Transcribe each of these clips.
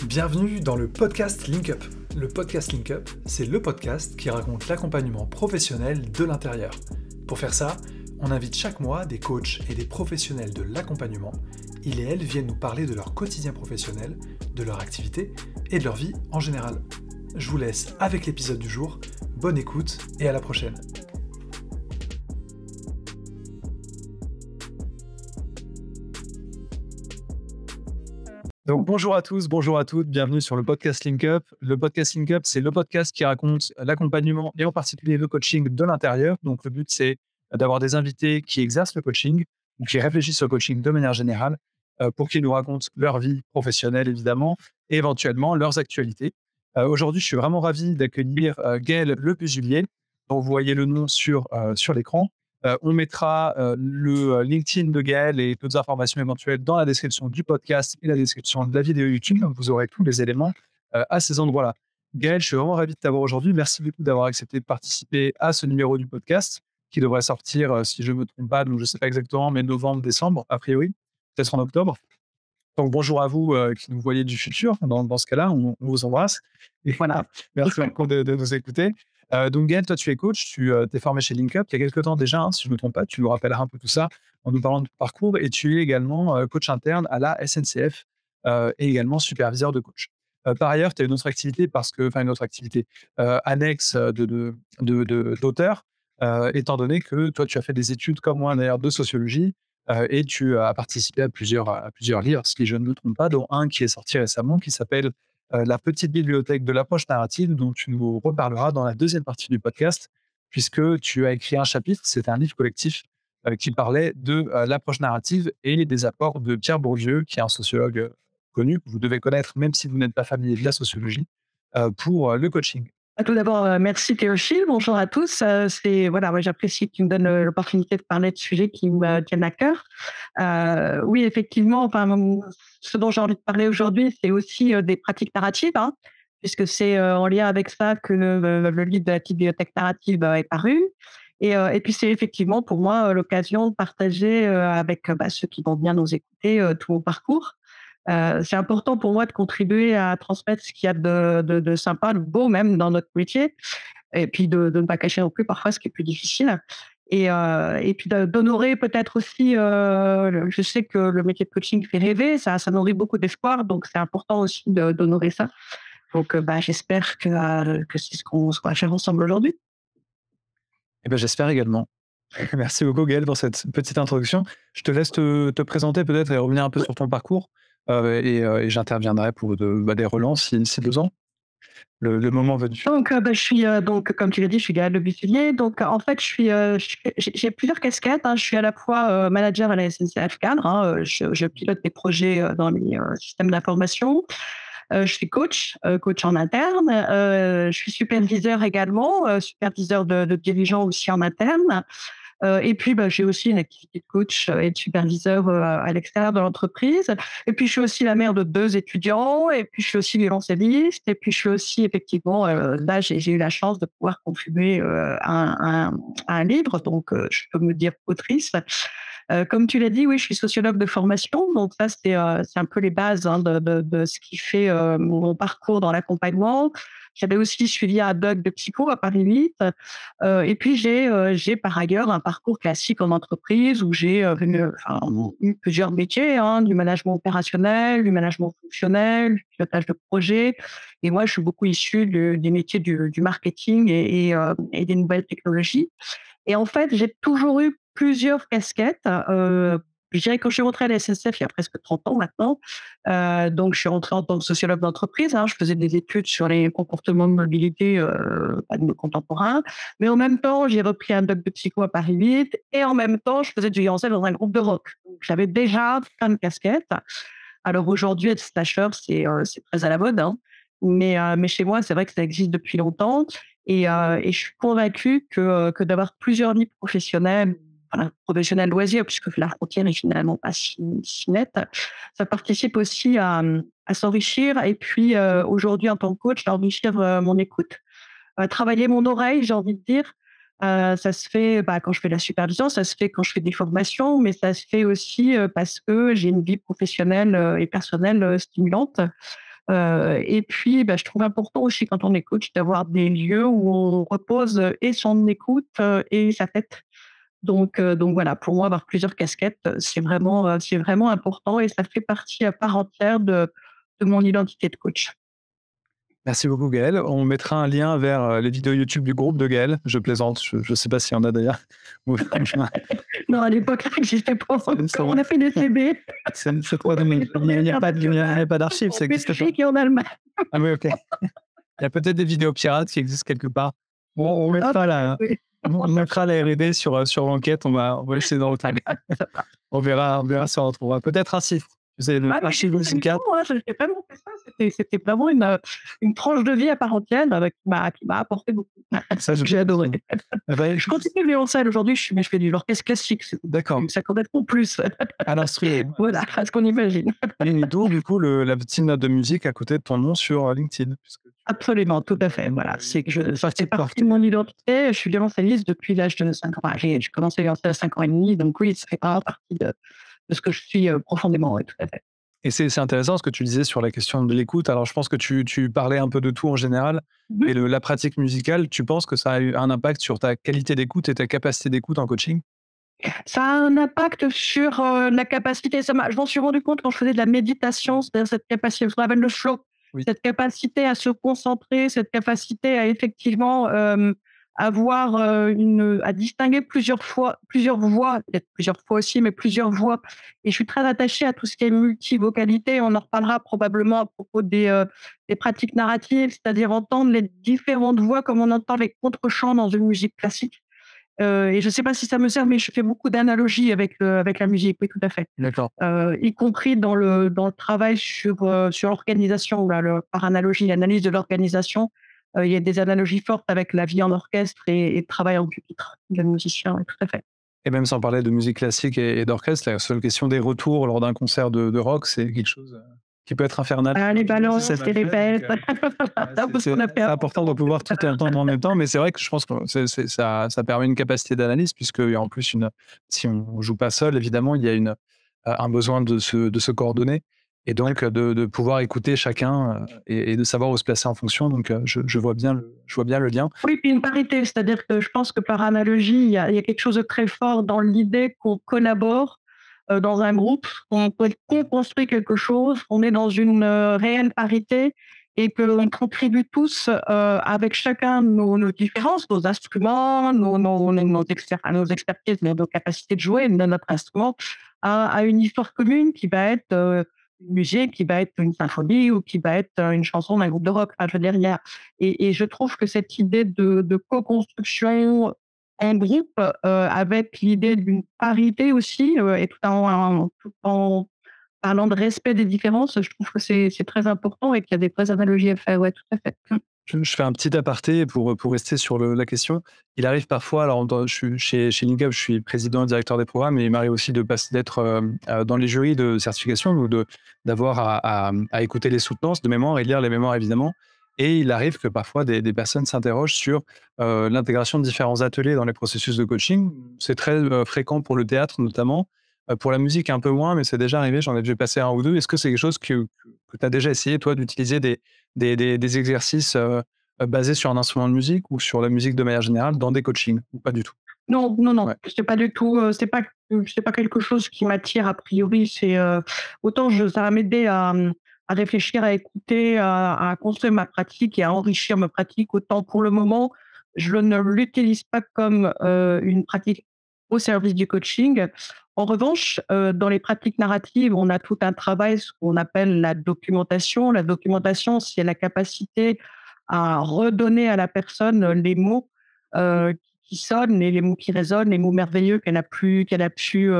Bienvenue dans le podcast Link Up. Le podcast Link Up, c'est le podcast qui raconte l'accompagnement professionnel de l'intérieur. Pour faire ça, on invite chaque mois des coachs et des professionnels de l'accompagnement. Ils et elles viennent nous parler de leur quotidien professionnel, de leur activité et de leur vie en général. Je vous laisse avec l'épisode du jour. Bonne écoute et à la prochaine. Donc bonjour à tous, bonjour à toutes, bienvenue sur le podcast Link Up. Le podcast Link Up, c'est le podcast qui raconte l'accompagnement et en particulier le coaching de l'intérieur. Donc le but, c'est d'avoir des invités qui exercent le coaching ou qui réfléchissent au coaching de manière générale pour qu'ils nous racontent leur vie professionnelle, évidemment, et éventuellement leurs actualités. Aujourd'hui, je suis vraiment ravi d'accueillir Gaël Le Puzulier, dont vous voyez le nom sur l'écran. On mettra le LinkedIn de Gaël et d'autres informations éventuelles dans la description du podcast et la description de la vidéo YouTube. Donc, vous aurez tous les éléments à ces endroits-là. Gaël, je suis vraiment ravi de t'avoir aujourd'hui. Merci beaucoup d'avoir accepté de participer à ce numéro du podcast qui devrait sortir, si je ne me trompe pas, donc je ne sais pas exactement, mais novembre, décembre, a priori, peut-être en octobre. Donc, bonjour à vous qui nous voyez du futur. Dans ce cas-là, on vous embrasse. Et voilà, merci beaucoup de nous écouter. Donc, Gaël, toi, tu es coach, tu t'es formé chez Link Up il y a quelques temps déjà, si je ne me trompe pas. Tu nous rappelleras un peu tout ça en nous parlant de ton parcours. Et tu es également coach interne à la SNCF et également superviseur de coach. Par ailleurs, tu as une autre activité, annexe d'auteur, étant donné que toi, tu as fait des études comme moi, d'ailleurs, de sociologie. Et tu as participé à plusieurs livres, si je ne me trompe pas, dont un qui est sorti récemment, qui s'appelle La petite bibliothèque de l'approche narrative, dont tu nous reparleras dans la deuxième partie du podcast, puisque tu as écrit un chapitre, c'est un livre collectif qui parlait de l'approche narrative et des apports de Pierre Bourdieu, qui est un sociologue connu, que vous devez connaître, même si vous n'êtes pas familier de la sociologie, pour le coaching. Tout d'abord, merci Théophile. Bonjour à tous. Moi, j'apprécie que tu me donnes l'opportunité de parler de sujets qui me tiennent à cœur. Oui, effectivement, ce dont j'ai envie de parler aujourd'hui, c'est aussi des pratiques narratives, puisque c'est en lien avec ça que le livre de la petite bibliothèque narrative est paru. Et puis, c'est effectivement pour moi l'occasion de partager avec ceux qui vont bien nous écouter tout mon parcours. C'est important pour moi de contribuer à transmettre ce qu'il y a de sympa, de beau même dans notre métier, et puis de ne pas cacher non plus parfois ce qui est plus difficile. Et puis d'honorer peut-être aussi, je sais que le métier de coaching fait rêver, ça nourrit beaucoup d'espoir, donc c'est important aussi d'honorer ça. Donc j'espère que c'est ce qu'on va faire ensemble aujourd'hui. Eh ben, j'espère également. Merci beaucoup, Gaël, pour cette petite introduction. Je te laisse te présenter peut-être et revenir un peu sur ton parcours. Et j'interviendrai pour des relances si besoin, le moment venu. Donc, je suis, comme tu l'as dit, je suis Gaël Le Puzulier. Donc, en fait, j'ai plusieurs casquettes. Je suis à la fois manager à la SNCF Cadre. Je pilote des projets dans les systèmes d'information. Je suis coach en interne. Je suis superviseur également, superviseur de dirigeants aussi en interne. Et puis, j'ai aussi une activité de coach et de superviseur à l'extérieur de l'entreprise. Et puis, je suis aussi la mère de 2 étudiants. Et puis, je suis aussi violoncelliste. Et puis, je suis aussi effectivement, là, j'ai eu la chance de pouvoir contribuer à un livre. Donc, je peux me dire autrice. Comme tu l'as dit, oui, je suis sociologue de formation. Donc, ça, c'est un peu les bases de ce qui fait mon parcours dans l'accompagnement. J'avais aussi suivi un doc de psycho à Paris 8. Et puis, j'ai par ailleurs un parcours classique en entreprise où j'ai eu plusieurs métiers, du management opérationnel, du management fonctionnel, du pilotage de projet. Et moi, je suis beaucoup issue des métiers du marketing et des nouvelles technologies. Et en fait, j'ai toujours eu plusieurs casquettes. Je dirais quand je suis rentrée à la SNCF il y a presque 30 ans maintenant, donc je suis rentrée en tant que sociologue d'entreprise. Je faisais des études sur les comportements de mobilité de nos contemporains, mais en même temps, j'ai repris un doc de psycho à Paris 8 et en même temps, je faisais du violoncelle dans un groupe de rock. Donc, j'avais déjà plein de casquettes. Alors aujourd'hui, être slasher, c'est très à la mode, mais chez moi, c'est vrai que ça existe depuis longtemps. Et je suis convaincue que d'avoir plusieurs vies professionnelles, professionnelles loisirs, puisque la frontière est finalement pas si nette, ça participe aussi à s'enrichir. Et puis aujourd'hui, en tant que coach, d'enrichir mon écoute. Travailler mon oreille, j'ai envie de dire. Ça se fait quand je fais de la supervision, ça se fait quand je fais des formations, mais ça se fait aussi parce que j'ai une vie professionnelle et personnelle stimulante. Et puis, je trouve important aussi quand on est coach d'avoir des lieux où on repose et son écoute et sa tête. Donc voilà, pour moi, avoir plusieurs casquettes, c'est vraiment important et ça fait partie à part entière de mon identité de coach. Merci beaucoup Gaël. On mettra un lien vers, les vidéos YouTube du groupe de Gaël. Je plaisante, je sais pas s'il y en a d'ailleurs. Ou Non, à l'époque, ça n'existait pas encore. c'est On a fait des CB c'est trop dommage. Il y a pas de il y a pas d'archives, en ça existe pas. Belgique et en Allemagne. Ah oui, OK. Il y a peut-être des vidéos pirates qui existent quelque part. Bon, Hop, oui. on mettra la R&D sur l'enquête, on va essayer d'en retrouver. On verra si on retrouvera. Peut-être un site. Vous savez, Ah, mais l'archive c'est musicale. fou, hein, j'ai vraiment fait ça. C'était vraiment une tranche de vie à part entière, qui m'a apporté beaucoup. Ça, je J'ai adoré. ah bah, Je continue le violoncelle aujourd'hui, je fais du l'orchestre classique, d'accord. ça correspond plus, À l'instrument. voilà, à ce qu'on imagine. Et d'où, du coup, la petite note de musique à côté de ton nom sur, LinkedIn? Puisque Absolument, tout à fait, voilà. C'est que ça fait partie de partie de mon identité. Je suis violoncelliste depuis l'âge de 5 ans. Enfin, j'ai commencé à violoncer à 5 ans et demi, donc oui, ça fait vraiment partie de ce que je suis, profondément, oui, tout à fait. et c'est intéressant ce que tu disais sur la question de l'écoute. Alors, je pense que tu parlais un peu de tout en général, Mmh. mais la pratique musicale, tu penses que ça a eu un impact sur ta qualité d'écoute et ta capacité d'écoute en coaching? Ça a un impact sur, la capacité, je m'en suis rendu compte quand je faisais de la méditation, c'est-à-dire cette capacité, ce qu'on appelle le flow, Oui. cette capacité à se concentrer, cette capacité à effectivement, avoir, à distinguer plusieurs voix, peut-être plusieurs fois aussi, mais plusieurs voix et je suis très attachée à tout ce qui est multivocalité. On en reparlera probablement à propos des pratiques narratives, c'est-à-dire entendre les différentes voix comme on entend les contre-chants dans une musique classique. Et je ne sais pas si ça me sert, mais je fais beaucoup d'analogies avec la musique, oui, tout à fait. D'accord. Y compris dans le travail sur l'organisation, par analogie, l'analyse de l'organisation. Il y a des analogies fortes avec la vie en orchestre et le travail en pupitre de musicien, oui, tout à fait. Et même sans parler de musique classique et d'orchestre, la seule question des retours lors d'un concert de rock, c'est quelque chose, qui peut être infernal. Ah, les Si c'est balances, mal les fait, donc répètes, un peu ce qu'on a fait c'est avant. important de pouvoir tout entendre en même temps, mais c'est vrai que je pense que ça permet une capacité d'analyse puisqu'il y a en plus si on joue pas seul, évidemment, il y a un besoin de se coordonner et donc de pouvoir écouter chacun, et de savoir où se placer en fonction, donc je vois bien le lien. Oui, puis une parité, c'est-à-dire que je pense que par analogie, il y a quelque chose de très fort dans l'idée qu'on collabore dans un groupe, qu'on construit quelque chose, qu'on est dans une réelle parité et qu'on contribue tous avec chacun nos différences, nos instruments, nos expertises, nos capacités de jouer de notre instrument à une histoire commune qui va être une musique, qui va être une symphonie ou qui va être une chanson d'un groupe de rock. Enfin, je veux dire, et je trouve que cette idée de co-construction en groupe, avec l'idée d'une parité aussi, et tout en parlant de respect des différences, je trouve que c'est très important et qu'il y a des vraies analogies à faire, ouais, tout à fait. Je fais un petit aparté pour rester sur la question. Il arrive parfois, alors je suis chez Linkup, je suis président et directeur des programmes, et il m'arrive aussi d'être dans les jurys de certification ou d'avoir à écouter les soutenances de mémoire et lire les mémoires évidemment. Et il arrive que parfois des personnes s'interrogent sur l'intégration de différents ateliers dans les processus de coaching. C'est très fréquent pour le théâtre notamment. Pour la musique un peu moins, mais c'est déjà arrivé, j'en ai déjà passé un ou deux. Est-ce que c'est quelque chose que tu as déjà essayé, toi, d'utiliser des exercices basés sur un instrument de musique ou sur la musique de manière générale dans des coachings ou pas du tout? Non, non, non, Ouais. c'est pas du tout, c'est pas quelque chose qui m'attire a priori. Autant ça va m'aider à réfléchir, à écouter, à construire ma pratique et à enrichir ma pratique, autant pour le moment, je ne l'utilise pas comme, une pratique au service du coaching. En revanche, dans les pratiques narratives, on a tout un travail, ce qu'on appelle la documentation. La documentation, c'est la capacité à redonner à la personne les mots, heu, qui sonnent et les mots qui résonnent, les mots merveilleux qu'elle a pu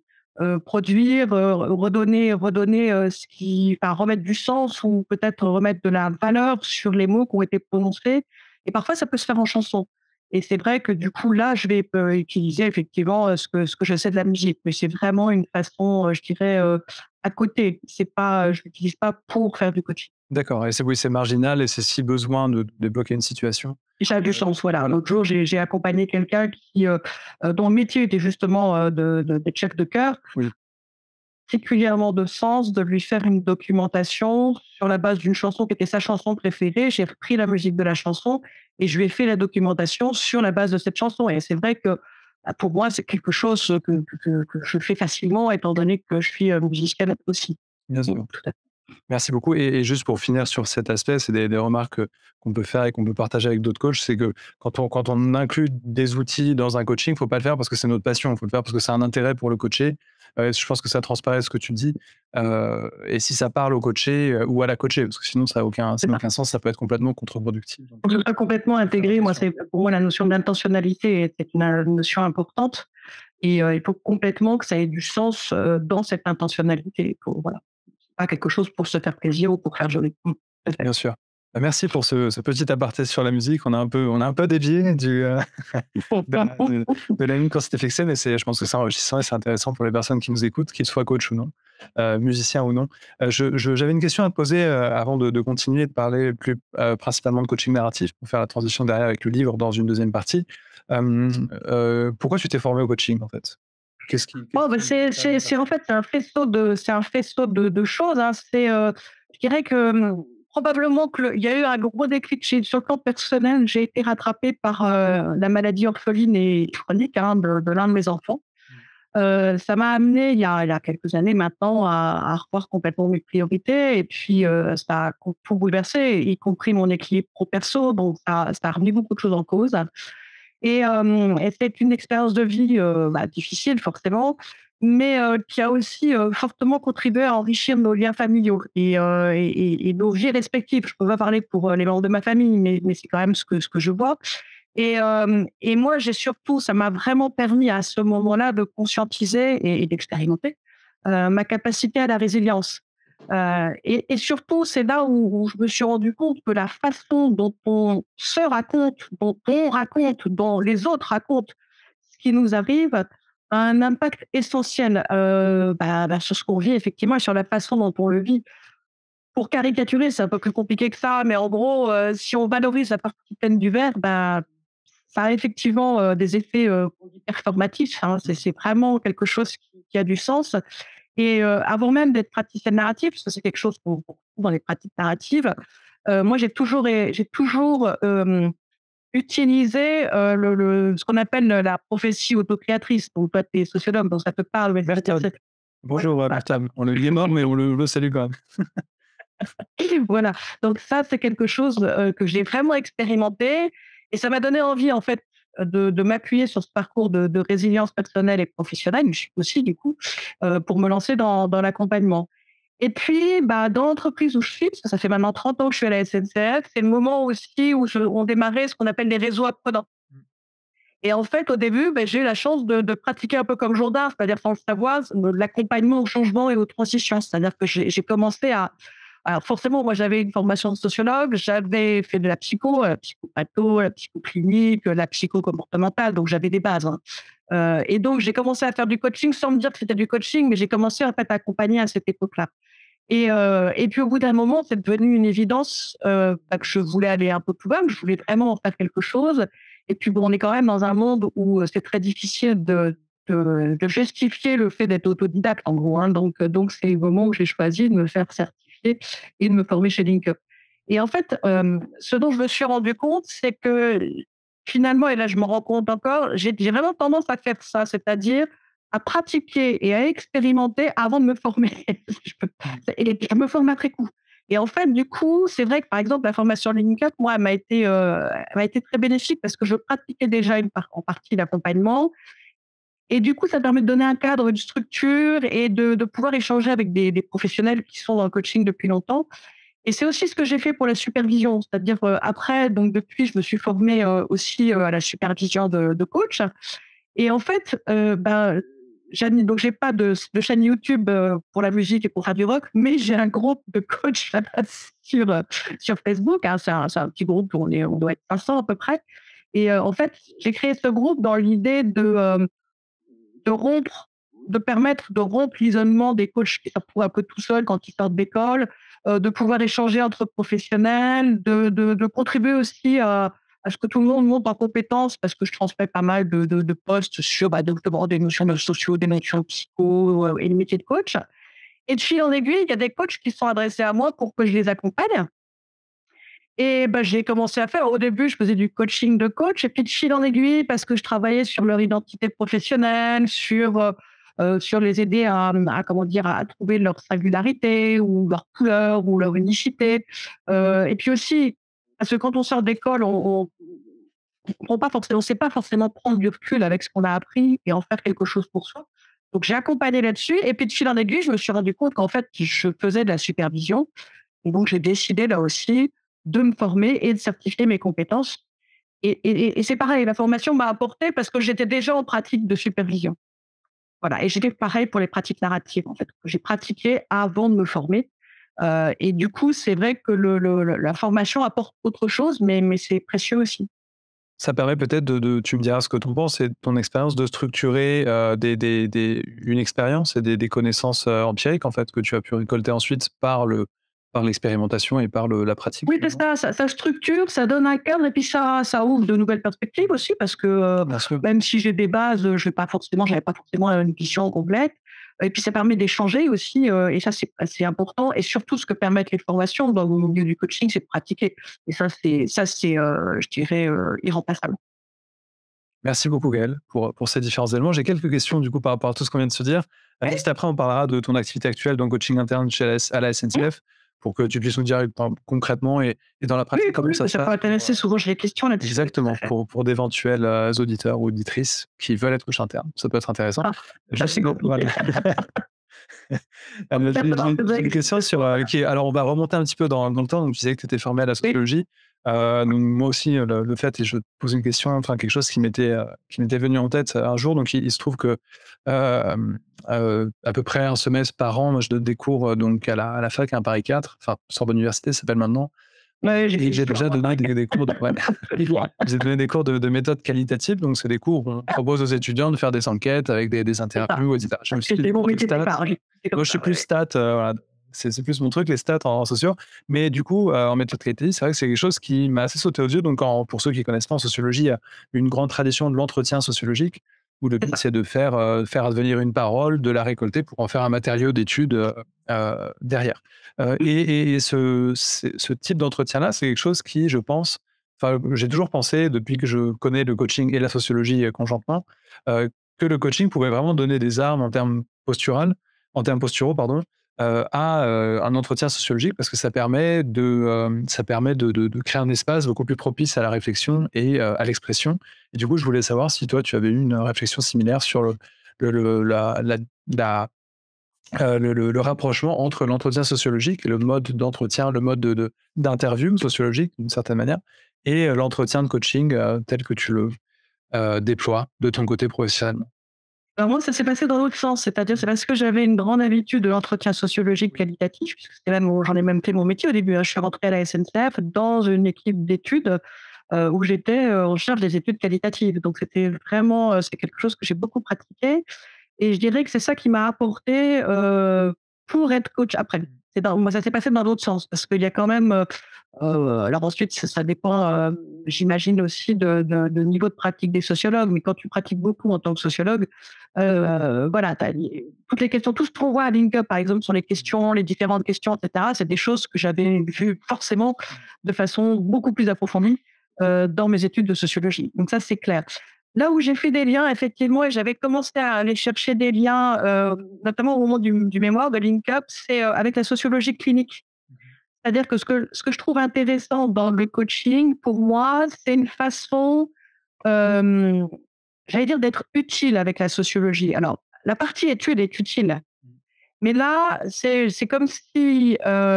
produire, redonner, remettre du sens ou peut-être remettre de la valeur sur les mots qui ont été prononcés et parfois ça peut se faire en chanson et c'est vrai que du coup là, je vais utiliser effectivement, ce que je sais de la musique, mais c'est vraiment une façon, je dirais, à côté. C'est pas, je l'utilise pas pour faire du coaching. D'accord, et oui, c'est marginal et c'est si besoin de débloquer une situation. Ça a du sens, voilà. L'autre jour, j'ai accompagné quelqu'un dont le métier était justement, de d'être chef de chœur. Oui. particulièrement de sens de lui faire une documentation sur la base d'une chanson qui était sa chanson préférée. J'ai repris la musique de la chanson et je lui ai fait la documentation sur la base de cette chanson. Et c'est vrai que pour moi, c'est quelque chose que je fais facilement, étant donné que je suis musicienne aussi. Bien Mmh, sûr. tout à fait. Merci beaucoup et juste pour finir sur cet aspect, c'est des remarques, qu'on peut faire et qu'on peut partager avec d'autres coachs. C'est que quand on inclut des outils dans un coaching, il faut pas le faire parce que c'est notre passion, il faut le faire parce que c'est un intérêt pour le coaché. Je pense que ça transparaît ce que tu dis, et si ça parle au coaché, ou à la coachée, parce que sinon ça C'est n'a ça. aucun sens, ça peut être complètement contre-productif donc On peut pas complètement faire intégrer. Moi, attention. c'est pour moi la notion d'intentionnalité, c'est une notion importante et il faut complètement que ça ait du sens dans cette intentionnalité. Voilà, c'est pas quelque chose pour se faire plaisir ou pour faire joli. Tout à fait. Bien sûr. Bah, merci pour ce petit aparté sur la musique. On a un peu dévié de la ligne qu'on s'était fixée, mais je pense que c'est enrichissant et c'est intéressant pour les personnes qui nous écoutent, qu'ils soient coach ou non, musiciens ou non. J'avais une question à te poser, avant de continuer de parler plus, principalement de coaching narratif pour faire la transition derrière avec le livre dans une deuxième partie. Pourquoi tu t'es formé au coaching, en fait? Qu'est-ce Bon, bah, qui t'a amené c'est en fait, c'est un faisceau de choses, hein. Je dirais que, probablement il y a eu un gros déclic sur le plan personnel. J'ai été rattrapée par, la maladie orpheline et chronique, hein, de l'un de mes enfants. Ça m'a amené il y a quelques années maintenant à revoir complètement mes priorités et puis, ça a tout bouleversé, y compris mon équilibre pro perso, donc ça a remis beaucoup de choses en cause. Et c'est une expérience de vie, difficile forcément, mais qui a aussi, fortement contribué à enrichir nos liens familiaux et nos vies respectives. Je peux pas parler pour, les membres de ma famille, mais c'est quand même ce que je vois. Et moi, j'ai surtout ça m'a vraiment permis à ce moment-là de conscientiser et d'expérimenter, ma capacité à la résilience. Et surtout, c'est là où je me suis rendu compte que la façon dont on se raconte, dont on raconte, dont les autres racontent ce qui nous arrive, a un impact essentiel, sur ce qu'on vit effectivement et sur la façon dont on le vit. Pour caricaturer, c'est un peu plus compliqué que ça, mais en gros, si on valorise la partie pleine du verre, ça a effectivement, des effets, qu'on dit performatifs, hein. C'est vraiment quelque chose qui a du sens et avant même d'être praticienne narrative, parce que c'est quelque chose qu'on trouve dans les pratiques narratives, moi j'ai toujours, utilisé, ce qu'on appelle la prophétie autocréatrice. Donc toi, tu es sociologue, donc ça te parle, mais Bertrand. ouais, Bonjour, voilà. Bertrand. Il est mort, mais on le salue quand même. Voilà, donc ça, c'est quelque chose, que j'ai vraiment expérimenté et ça m'a donné envie, en fait, de m'appuyer sur ce parcours de résilience personnelle et professionnelle, je suis aussi du coup, pour me lancer dans l'accompagnement. Et puis, dans l'entreprise où je suis, parce que ça fait maintenant 30 ans que je suis à la SNCF, c'est le moment aussi où on démarrait ce qu'on appelle les réseaux apprenants. Et en fait, au début, j'ai eu la chance de pratiquer un peu comme Jourdain, c'est-à-dire sans le savoir, l'accompagnement au changement et aux transitions. C'est-à-dire que j'ai commencé à alors forcément, moi, j'avais une formation de sociologue, j'avais fait de la psychopatho, la psychoclinique, la psychocomportementale, donc j'avais des bases, hein. Et donc j'ai commencé à faire du coaching sans me dire que c'était du coaching, mais j'ai commencé en fait à accompagner à cette époque-là. Et puis au bout d'un moment, c'est devenu une évidence, que je voulais aller un peu plus loin, que je voulais vraiment en faire quelque chose. Et puis bon, on est quand même dans un monde où, c'est très difficile de justifier le fait d'être autodidacte en gros, hein. Donc c'est le moment où j'ai choisi de me faire certifier et de me former chez LinkUp. Et en fait, ce dont je me suis rendu compte, c'est que finalement, et là je me rends compte encore, j'ai vraiment tendance à faire ça, c'est-à-dire à pratiquer et à expérimenter avant de me former. Je peux et je me forme après coup. Et en fait, du coup, c'est vrai que, par exemple, la formation LinkUp, moi, elle m'a été très bénéfique parce que je pratiquais déjà en partie l'accompagnement et du coup, ça permet de donner un cadre, une structure et de pouvoir échanger avec des professionnels qui sont dans le coaching depuis longtemps. Et c'est aussi ce que j'ai fait pour la supervision. C'est-à-dire, après, donc depuis, je me suis formée, aussi, à la supervision de coach. Et en fait, donc j'ai pas de chaîne YouTube, pour la musique et pour faire du rock, mais j'ai un groupe de coach sur Facebook, hein. C'est un petit groupe où on doit être 500 à peu près. Et en fait, j'ai créé ce groupe dans l'idée de rompre de permettre de rompre l'isolement des coachs qui se retrouvent un peu tout seuls quand ils sortent d'école, de pouvoir échanger entre professionnels, de contribuer aussi à ce que tout le monde monte en compétences parce que je transmets pas mal de posts sur, notamment des notions de sociaux, des notions de psycho, et le métier de coach. Et de fil en aiguille, il y a des coachs qui sont adressés à moi pour que je les accompagne. Et bah, j'ai commencé à faire. Au début, je faisais du coaching de coach, et puis de fil en aiguille, parce que je travaillais sur leur identité professionnelle, sur les aider à comment dire, à trouver leur singularité ou leur couleur ou leur unicité. Et puis aussi, parce que quand on sort d'école, on prend pas forcément, on sait pas forcément prendre du recul avec ce qu'on a appris et en faire quelque chose pour soi. Donc j'ai accompagné là-dessus, et puis de fil en aiguille, je me suis rendu compte qu'en fait, je faisais de la supervision, et donc j'ai décidé là aussi de me former et de certifier mes compétences. Et c'est pareil, la formation m'a apporté parce que j'étais déjà en pratique de supervision. Voilà, et j'ai fait pareil pour les pratiques narratives, en fait, que j'ai pratiqué avant de me former. Et du coup, c'est vrai que la formation apporte autre chose, mais c'est précieux aussi. Ça permet peut-être tu me diras ce que tu en penses et de ton expérience, de structurer, une expérience et des connaissances, empiriques, en fait, que tu as pu récolter ensuite par l'expérimentation et par la pratique, Oui, c'est finalement? ça, ça structure, ça donne un cadre, et puis ça ouvre de nouvelles perspectives aussi, parce que, Bien sûr. même si j'ai des bases, je vais pas forcément j'avais pas forcément une vision complète, et puis ça permet d'échanger aussi, et ça c'est important, et surtout ce que permettent les formations dans le milieu du coaching, c'est de pratiquer, et ça c'est, je dirais, irremplaçable. Merci beaucoup Gaël pour ces différents éléments. J'ai quelques questions du coup par rapport à tout ce qu'on vient de se dire. Ouais. Juste après, on parlera de ton activité actuelle dans le coaching interne à la Mmh. SNCF pour que tu puisses nous dire concrètement et dans la Oui, pratique comment oui, ça se ça peut passe intéresser, souvent j'ai des questions là-dessus, oui, tout à exactement fait. pour d'éventuels auditeurs ou auditrices qui veulent être coach interne. Ça peut être intéressant. Ah, ça c'est Juste, compliqué. voilà. J'ai une question sur, alors on va remonter un petit peu dans le temps. Donc tu disais que tu étais formé à la Oui. sociologie. Donc moi aussi, le fait et je te pose une question, enfin quelque chose qui m'était venu en tête un jour. Donc il se trouve que, à peu près un semestre par an, moi je donne des cours, donc à la fac, à un Paris 4, enfin Sorbonne Université, ça s'appelle maintenant. Ouais, j'ai fait Et j'ai l'histoire, déjà moi, donné pareil. des cours de ouais. J'ai donné des cours de méthode qualitative, donc c'est des cours où on propose aux étudiants de faire des enquêtes avec des C'est ça. interviews et cetera. Je me suis C'était mon plus métier de stats. départ, c'est comme Moi, je suis ça, ouais, plus ouais. stats, voilà, c'est plus mon truc, les stats en sociaux. Mais du coup, en méthode qualitative, c'est vrai que c'est quelque chose qui m'a assez sauté aux yeux. Donc pour ceux qui connaissent pas, en sociologie, il y a une grande tradition de l'entretien sociologique, où le C'est but, ça. c'est de faire advenir une parole, de la récolter pour en faire un matériau d'étude, derrière. Et ce type d'entretien-là, c'est quelque chose qui, je pense, enfin, j'ai toujours pensé, depuis que je connais le coaching et la sociologie, conjointement, heu, que le coaching pouvait vraiment donner des armes en termes posturaux, pardon, à, un entretien sociologique parce que ça permet de créer un espace beaucoup plus propice à la réflexion et à l'expression. Et du coup, je voulais savoir si toi, tu avais eu une réflexion similaire sur le la le rapprochement entre l'entretien sociologique, le mode d'entretien, le mode d'interview sociologique d'une certaine manière et l'entretien de coaching, tel que tu le, déploies de ton côté professionnellement. Alors moi, ça s'est passé dans l'autre sens, c'est-à-dire c'est parce que j'avais une grande habitude de l'entretien sociologique qualitatif, puisque c'était même j'en ai même fait mon métier au début, hein. Je suis rentrée à la SNCF dans une équipe d'études, où j'étais, en charge des études qualitatives. Donc c'était vraiment, c'est quelque chose que j'ai beaucoup pratiqué, et je dirais que c'est ça qui m'a apporté, pour être coach après. C'est dans moi, ça s'est passé dans l'autre sens parce qu'il y a quand même, alors ensuite ça dépend, j'imagine aussi de niveau de pratique des sociologues, mais quand tu pratiques beaucoup en tant que sociologue, voilà, tu as toutes les questions, tout ce qu'on voit à Link Up, par exemple, sur les questions, les différentes questions, et cetera, c'est des choses que j'avais vues forcément de façon beaucoup plus approfondie, dans mes études de sociologie. Donc ça, c'est clair. Là où j'ai fait des liens, effectivement, et j'avais commencé à aller chercher des liens, notamment au moment du mémoire de Link Up, c'est, avec la sociologie clinique. C'est-à-dire que ce que je trouve intéressant dans le coaching, pour moi, c'est une façon, hem, j'allais dire, d'être utile avec la sociologie. Alors, la partie étude est utile, mais là, c'est comme si,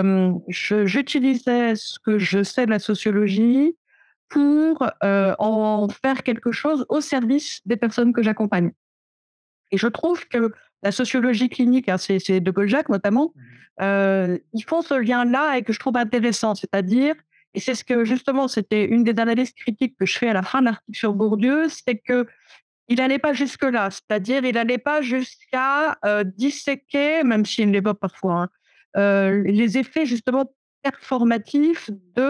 j'utilisais ce que je sais de la sociologie pour, en faire quelque chose au service des personnes que j'accompagne. Et je trouve que la sociologie clinique, hein, c'est de Goldjacq notamment, ils font ce lien-là et que je trouve intéressant. C'est-à-dire, et c'est ce que justement, c'était une des analyses critiques que je fais à la fin de l'article sur Bourdieu, c'est qu'il n'allait pas jusque-là. C'est-à-dire, il n'allait pas jusqu'à disséquer, même s'il l'évoque parfois, hein, les effets justement performatifs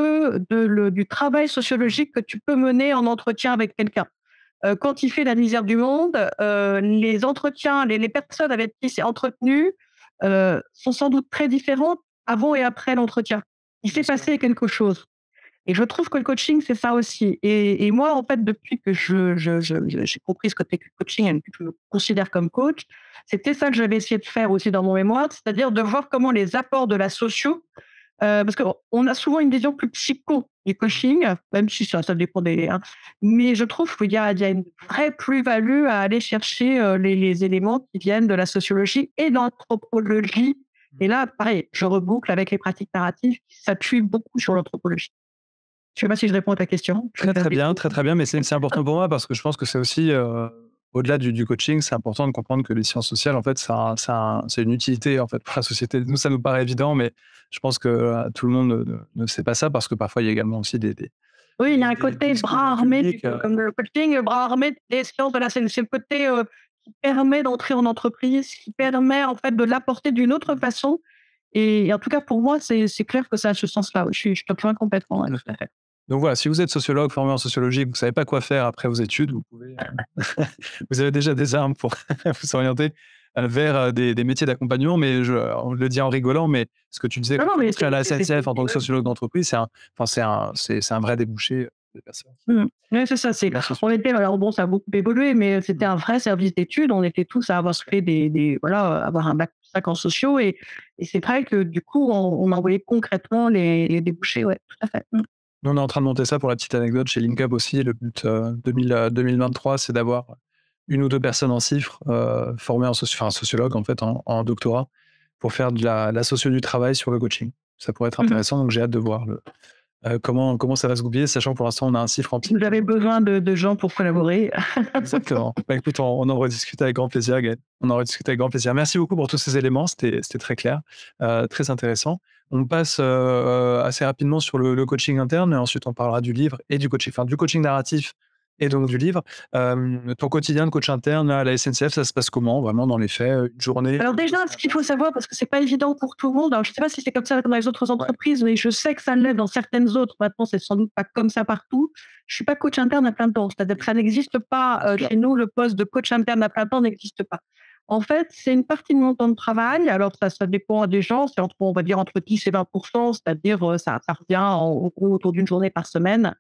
du travail sociologique que tu peux mener en entretien avec quelqu'un. Quand il fait la misère du monde, les entretiens, les personnes avec qui c'est entretenu, sont sans doute très différentes avant et après l'entretien. Il s'est passé quelque chose. Et je trouve que le coaching, c'est ça aussi. Et moi, en fait, depuis que j'ai compris ce que c'était que le coaching et que je me considère comme coach, c'était ça que j'avais essayé de faire aussi dans mon mémoire, c'est-à-dire de voir comment les apports de la socio, parce qu'on a souvent une vision plus psycho du coaching, même si ça dépend des, hein. Mais je trouve qu'il y a une vraie plus-value à aller chercher les éléments qui viennent de la sociologie et de l'anthropologie. Et là, pareil, je reboucle avec les pratiques narratives qui s'appuient beaucoup sur l'anthropologie. Je sais pas si je réponds à ta question. Je vais Très, faire très des bien, très, très bien, mais c'est important pour moi parce que je pense que c'est aussi, au-delà du coaching, c'est important de comprendre que les sciences sociales, en fait, c'est une utilité, en fait, pour la société. Nous, ça nous paraît évident, mais je pense que, tout le monde ne sait pas ça parce que parfois il y a également aussi Oui, il y a un des côté discours bras armé, publics, comme le coaching, bras armé des sciences de la scène. C'est le côté, qui permet d'entrer en entreprise, qui permet en fait de l'apporter d'une autre façon et en tout cas pour moi, c'est clair que ça a ce sens-là. Oui, je te rejoins complètement, ouais, tout à fait. donc voilà, si vous êtes sociologue formé en sociologie, que vous savez pas quoi faire après vos études, vous pouvez, vous avez déjà des armes pour vous orienter, vers, des métiers d'accompagnement, mais on le dit en rigolant, mais ce que tu disais, Non, quand non, tu es mais entré à la SNCF en tant que ouais. sociologue d'entreprise, c'est un vrai débouché, des personnes qui Mmh. Ouais, c'est ça, la on sociologie. était alors bon, ça a beaucoup évolué, mais c'était Mmh. un vrai service d'études. On était tous à avoir fait des voilà, avoir un bac +5 en sociaux et c'est vrai que du coup, on envoyait concrètement les débouchés, ouais, tout à fait. Mmh. Nous, on est en train de monter ça pour la petite anecdote chez LinkUp aussi. Le but, 2023, c'est d'avoir une ou 2 personnes en cifre, formées enfin, un sociologue en fait en doctorat pour faire de la socio du travail sur le coaching. Ça pourrait être Mmh. intéressant, donc j'ai hâte de voir comment ça va se goupiller, sachant que pour l'instant, on a un cifre en Si vous psy. avez besoin de gens pour collaborer. Exactement. Bah, écoute, on en rediscute avec grand plaisir, Gaël. On en rediscute avec grand plaisir. Merci beaucoup pour tous ces éléments, c'était très clair, très intéressant. On passe, assez rapidement sur le coaching interne et ensuite on parlera du livre et du coaching, enfin du coaching narratif et donc du livre. Ton quotidien de coach interne à la SNCF, ça se passe comment vraiment dans les faits? Une journée, Alors déjà, ce qu'il faut savoir, parce que c'est pas évident pour tout le monde, alors je sais pas si c'est comme ça dans les autres Ouais. entreprises, mais je sais que ça l'est dans certaines autres. Maintenant, c'est sans doute pas comme ça partout. Je suis pas coach interne à plein temps, c'est-à-dire que ça n'existe pas, chez nous, le poste de coach interne à plein temps n'existe pas. En fait, c'est une partie de mon temps de travail. Alors ça dépend des gens, c'est entre, on va dire entre 10 et 20%, c'est-à-dire, ça revient en gros autour d'une journée par semaine.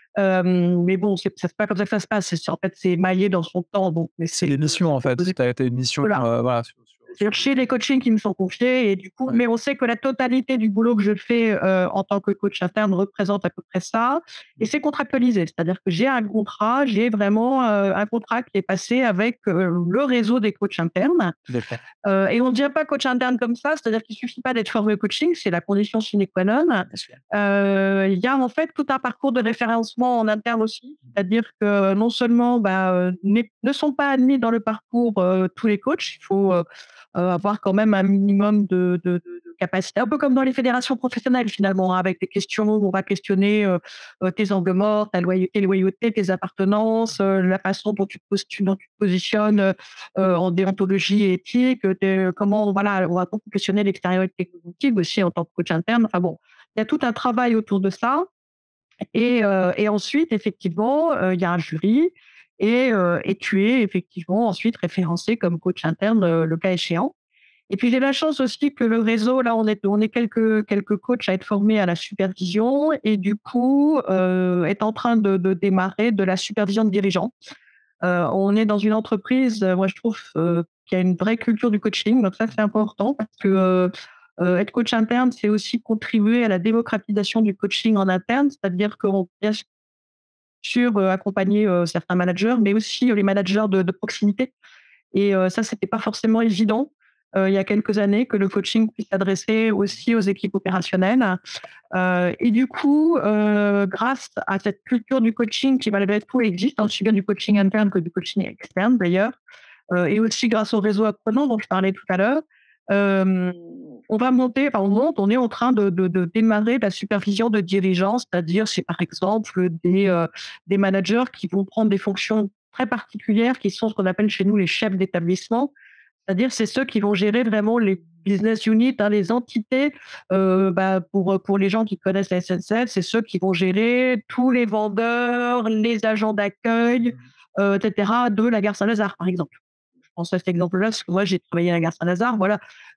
Mais bon, c'est pas comme ça que ça se passe. En fait, c'est maillé dans son temps, donc mais C'est des missions en fait. Tu as une mission, voilà. voilà, Chercher les coachings qui me sont confiés et du coup, ouais. mais on sait que la totalité du boulot que je fais en tant que coach interne représente à peu près ça et c'est contractualisé. C'est-à-dire que j'ai vraiment un contrat qui est passé avec le réseau des coachs internes. D'accord. Et on ne devient pas coach interne comme ça, c'est-à-dire qu'il ne suffit pas d'être formé au coaching, c'est la condition sine qua non. Bien sûr. Il y a en fait tout un parcours de référencement en interne aussi, c'est-à-dire que non seulement ne sont pas admis dans le parcours tous les coachs, il faut avoir quand même un minimum de capacité, un peu comme dans les fédérations professionnelles finalement, hein, avec des questions où on va questionner tes angles morts, tes loyautés, tes appartenances, la façon dont tu te positionnes en déontologie et éthique, comment voilà, on va beaucoup questionner l'extériorité cognitive aussi en tant que coach interne. Enfin bon, il y a tout un travail autour de ça et ensuite effectivement, il y a un jury et tu es effectivement ensuite référencé comme coach interne, le cas échéant. Et puis j'ai la chance aussi que le réseau, là, on est quelques coachs à être formés à la supervision et du coup, est en train de démarrer de la supervision de dirigeants. On est dans une entreprise, moi je trouve, qui a une vraie culture du coaching, donc ça c'est important parce que, être coach interne, c'est aussi contribuer à la démocratisation du coaching en interne, c'est-à-dire qu'on bien sûr, accompagner, certains managers, mais aussi les managers de proximité et ça, c'était pas forcément évident, il y a quelques années que le coaching puisse s'adresser aussi aux équipes opérationnelles. Et du coup, grâce à cette culture du coaching qui malgré tout existe, hein, aussi bien du coaching interne que du coaching externe d'ailleurs, et aussi grâce au réseau apprenant dont je parlais tout à l'heure, hem, on va monter, enfin on est en train de démarrer la supervision de dirigeants, c'est-à-dire c'est par exemple des managers qui vont prendre des fonctions très particulières qui sont ce qu'on appelle chez nous les chefs d'établissement. C'est-à-dire, c'est ceux qui vont gérer vraiment les business units, hein, les entités, pour les gens qui connaissent la SNCF, c'est ceux qui vont gérer tous les vendeurs, les agents d'accueil, et cetera, de la gare Saint-Lazare, par exemple. Je pense à cet exemple-là, parce que moi, j'ai travaillé à la gare Saint-Lazare, voilà.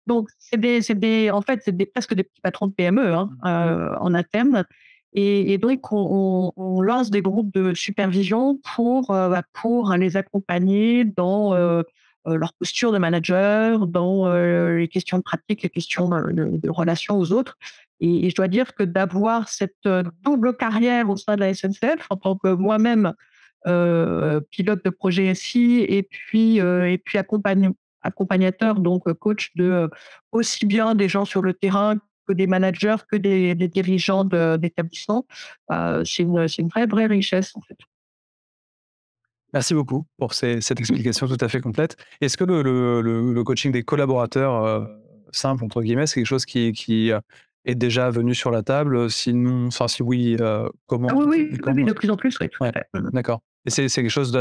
Donc en fait, presque des petits patrons de PME, hein, en interne. Et donc on lance des groupes de supervision pour les accompagner dans, leur posture de manager, dans, les questions de pratique, les questions de relations aux autres. Et je dois dire que d'avoir cette, double carrière au sein de la SNCF en tant que moi-même, pilote de projet SI et puis accompagnateur, donc coach aussi bien des gens sur le terrain que des managers, que des dirigeants d'établissements. C'est une vraie richesse, en fait. Merci beaucoup pour cette explication tout à fait complète. Est-ce que le coaching des collaborateurs, «simple» entre guillemets, c'est quelque chose qui est déjà venu sur la table? Sinon, enfin si oui, comment Ah oui, oui, et oui, quand? oui, de plus en plus, oui, tout à Ouais, fait. d'accord, et c'est quelque chose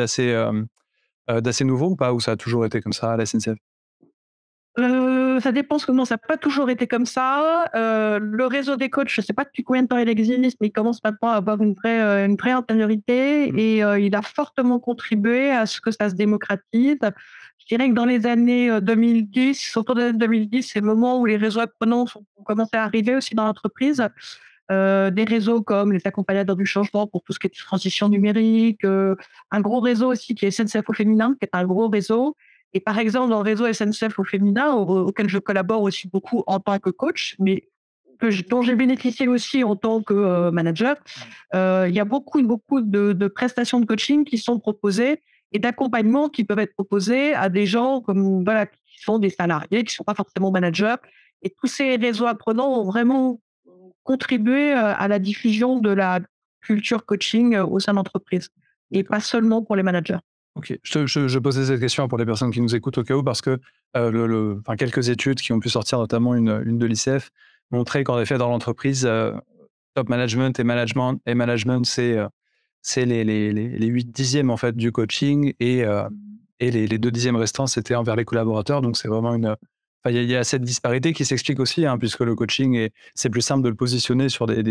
d'assez nouveau ou pas? Ou ça a toujours été comme ça à la SNCF? Ça dépend ce que non, ça n'a pas toujours été comme ça. Le réseau des coachs, je ne sais pas depuis combien de temps il existe, mais il commence maintenant à avoir une vraie antériorité Mmh. et il a fortement contribué à ce que ça se démocratise. Je dirais que dans les années, 2010, autour des années 2010, c'est le moment où les réseaux apprenants ont commencé à arriver aussi dans l'entreprise. Des réseaux comme les accompagnateurs du changement pour tout ce qui est transition numérique, un gros réseau aussi qui est SNCF au féminin, qui est un gros réseau. Et par exemple, dans le réseau SNCF au féminin, auquel je collabore aussi beaucoup en tant que coach, mais dont j'ai bénéficié aussi en tant que manager, il y a beaucoup de prestations de coaching qui sont proposées et d'accompagnement qui peuvent être proposés à des gens comme, voilà, qui sont des salariés, qui ne sont pas forcément managers. Et tous ces réseaux apprenants ont vraiment contribué à la diffusion de la culture coaching au sein de l'entreprise et D'accord. pas seulement pour les managers. OK. Je posais cette question pour les personnes qui nous écoutent au cas où parce que, enfin quelques études qui ont pu sortir, notamment une de l'ICF, montraient qu'en effet dans l'entreprise, top management et management, c'est les 8/10 en fait du coaching et les 2/10 restants, c'était envers les collaborateurs. Donc c'est vraiment enfin il y a cette disparité qui s'explique aussi, hein, puisque le coaching c'est plus simple de le positionner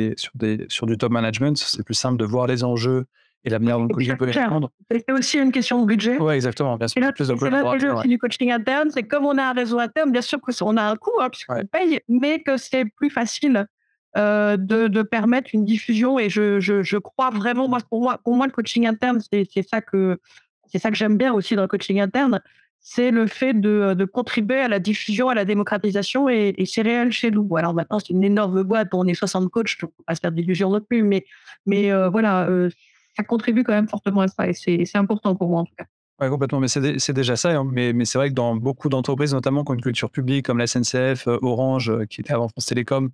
sur du top management. C'est plus simple de voir les enjeux et la manière dont le Et puis coaching ça peut coûte y cher. répondre. C'est aussi une question de budget. Ouais, exactement, bien sûr, Et c'est là plus de et c'est là le jeu collaborateurs, ouais. aussi du coaching interne, c'est comme on a un réseau interne, bien sûr qu'on a un coût, hein, Ouais. puisqu'on paye, mais que c'est plus facile, de permettre une diffusion. Et je crois vraiment, pour moi, le coaching interne, c'est ça que j'aime bien aussi dans le coaching interne, c'est le fait de contribuer à la diffusion, à la démocratisation. Et c'est réel chez nous. Alors maintenant, c'est une énorme boîte, on est 60 coachs, donc faut pas se faire d'illusions non plus, mais voilà, ça contribue quand même fortement à ça et c'est important pour moi, en tout cas. Ouais, complètement, mais c'est déjà ça, hein, mais c'est vrai que dans beaucoup d'entreprises, notamment qui ont une culture publique comme la SNCF, Orange, qui était avant France Télécom,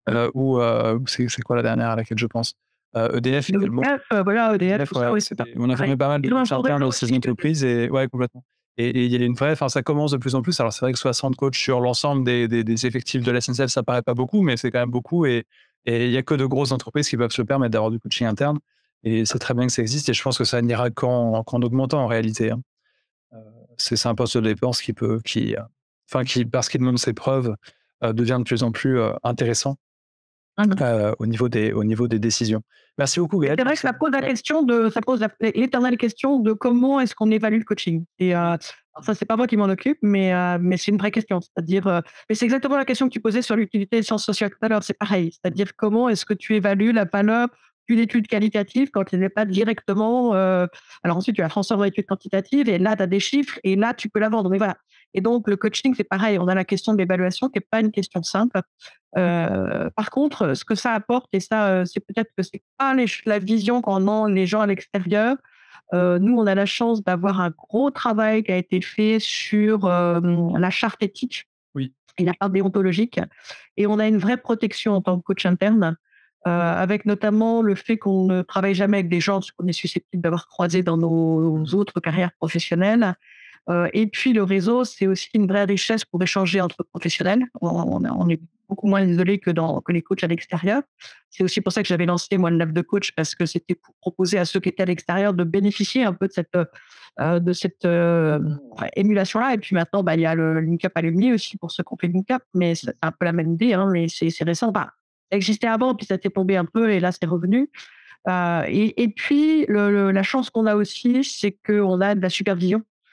ou c'est quoi la dernière à laquelle je pense? EDF Le également. EDF, voilà, EDF, EDF, tout ouais, ça, oui, c'est ça. on a Ouais. formé pas mal de Ils ont un coachs gros internes réseau dans ces aussi, EDF. entreprises et ouais, complètement, et il y a une vraie, enfin, ça commence de plus en plus. Alors c'est vrai que 60 coachs sur l'ensemble des effectifs de la SNCF, ça paraît pas beaucoup, mais c'est quand même beaucoup, et il y a que de grosses entreprises qui peuvent se permettre d'avoir du coaching interne, et c'est très bien que ça existe, et je pense que ça n'ira qu'en augmentant en réalité, hein. Heu, c'est un poste de dépense enfin qui, parce qu'il demande ses preuves, devient de plus en plus, intéressant, Mmh. au niveau des décisions. Merci beaucoup Mais Gaël c'est pour vrai que ces ça pose l'éternelle question de comment est-ce qu'on évalue le coaching. Et alors ça, c'est pas moi qui m'en occupe, mais c'est une vraie question. C'est-à-dire, mais c'est exactement la question que tu posais sur l'utilité des sciences sociales tout à l'heure. C'est pareil. C'est-à-dire comment est-ce que tu évalues la valeur d'une étude qualitative quand elle n'est pas directement, alors ensuite tu vas transformer en étude quantitative et là tu as des chiffres et là tu peux la vendre. Mais voilà. Et donc le coaching, c'est pareil. On a la question de l'évaluation qui est pas une question simple. Par contre, ce que ça apporte, et ça, c'est peut-être que c'est pas la vision qu'en ont les gens à l'extérieur. Nous, on a la chance d'avoir un gros travail qui a été fait sur, la charte éthique oui, et la part déontologique. Et on a une vraie protection en tant que coach interne, avec notamment le fait qu'on ne travaille jamais avec des gens qu'on est susceptible d'avoir croisés dans nos mmh, autres carrières professionnelles. Et puis le réseau, c'est aussi une vraie richesse pour échanger entre professionnels. On est beaucoup moins isolés que les coachs à l'extérieur. C'est aussi pour ça que j'avais lancé moi le Lab de coach, parce que c'était pour proposer à ceux qui étaient à l'extérieur de bénéficier un peu de cette émulation-là. Et puis maintenant, bah, il y a le Link Up Alumni aussi pour ceux qui ont fait Link Up, mais c'est un peu la même idée, hein, mais c'est récent. Enfin, ça existait avant, puis ça s'est tombé un peu et là, c'est revenu. Et puis la chance qu'on a aussi, c'est qu'on a de la supervision.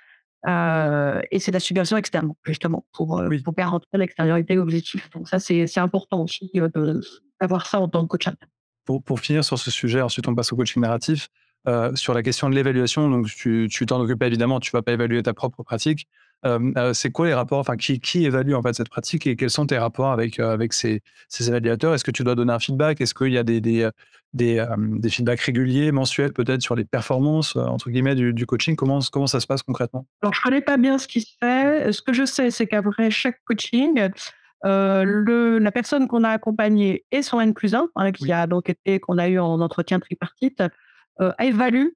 Et c'est de la subvention externe, justement, Oui. pour garantir l'extériorité de l'objectif. Donc ça, c'est important aussi d'avoir ça en tant que coach interne. Pour finir sur ce sujet, ensuite on passe au coaching narratif. Sur la question de l'évaluation, donc tu t'en occupes pas évidemment, tu vas pas évaluer ta propre pratique. C'est quoi les rapports, enfin qui évalue en fait cette pratique et quels sont tes rapports avec ces évaluateurs? Est-ce que tu dois donner un feedback? Est-ce qu'il y a des feedbacks réguliers, mensuels peut-être sur les performances, entre guillemets du coaching? Comment ça se passe concrètement? Alors je connais pas bien ce qui se fait. Ce que je sais, c'est qu'après chaque coaching, la personne qu'on a accompagnée et son N+1, hein, qui Oui, a donc été qu'on a eu en entretien tripartite, évalue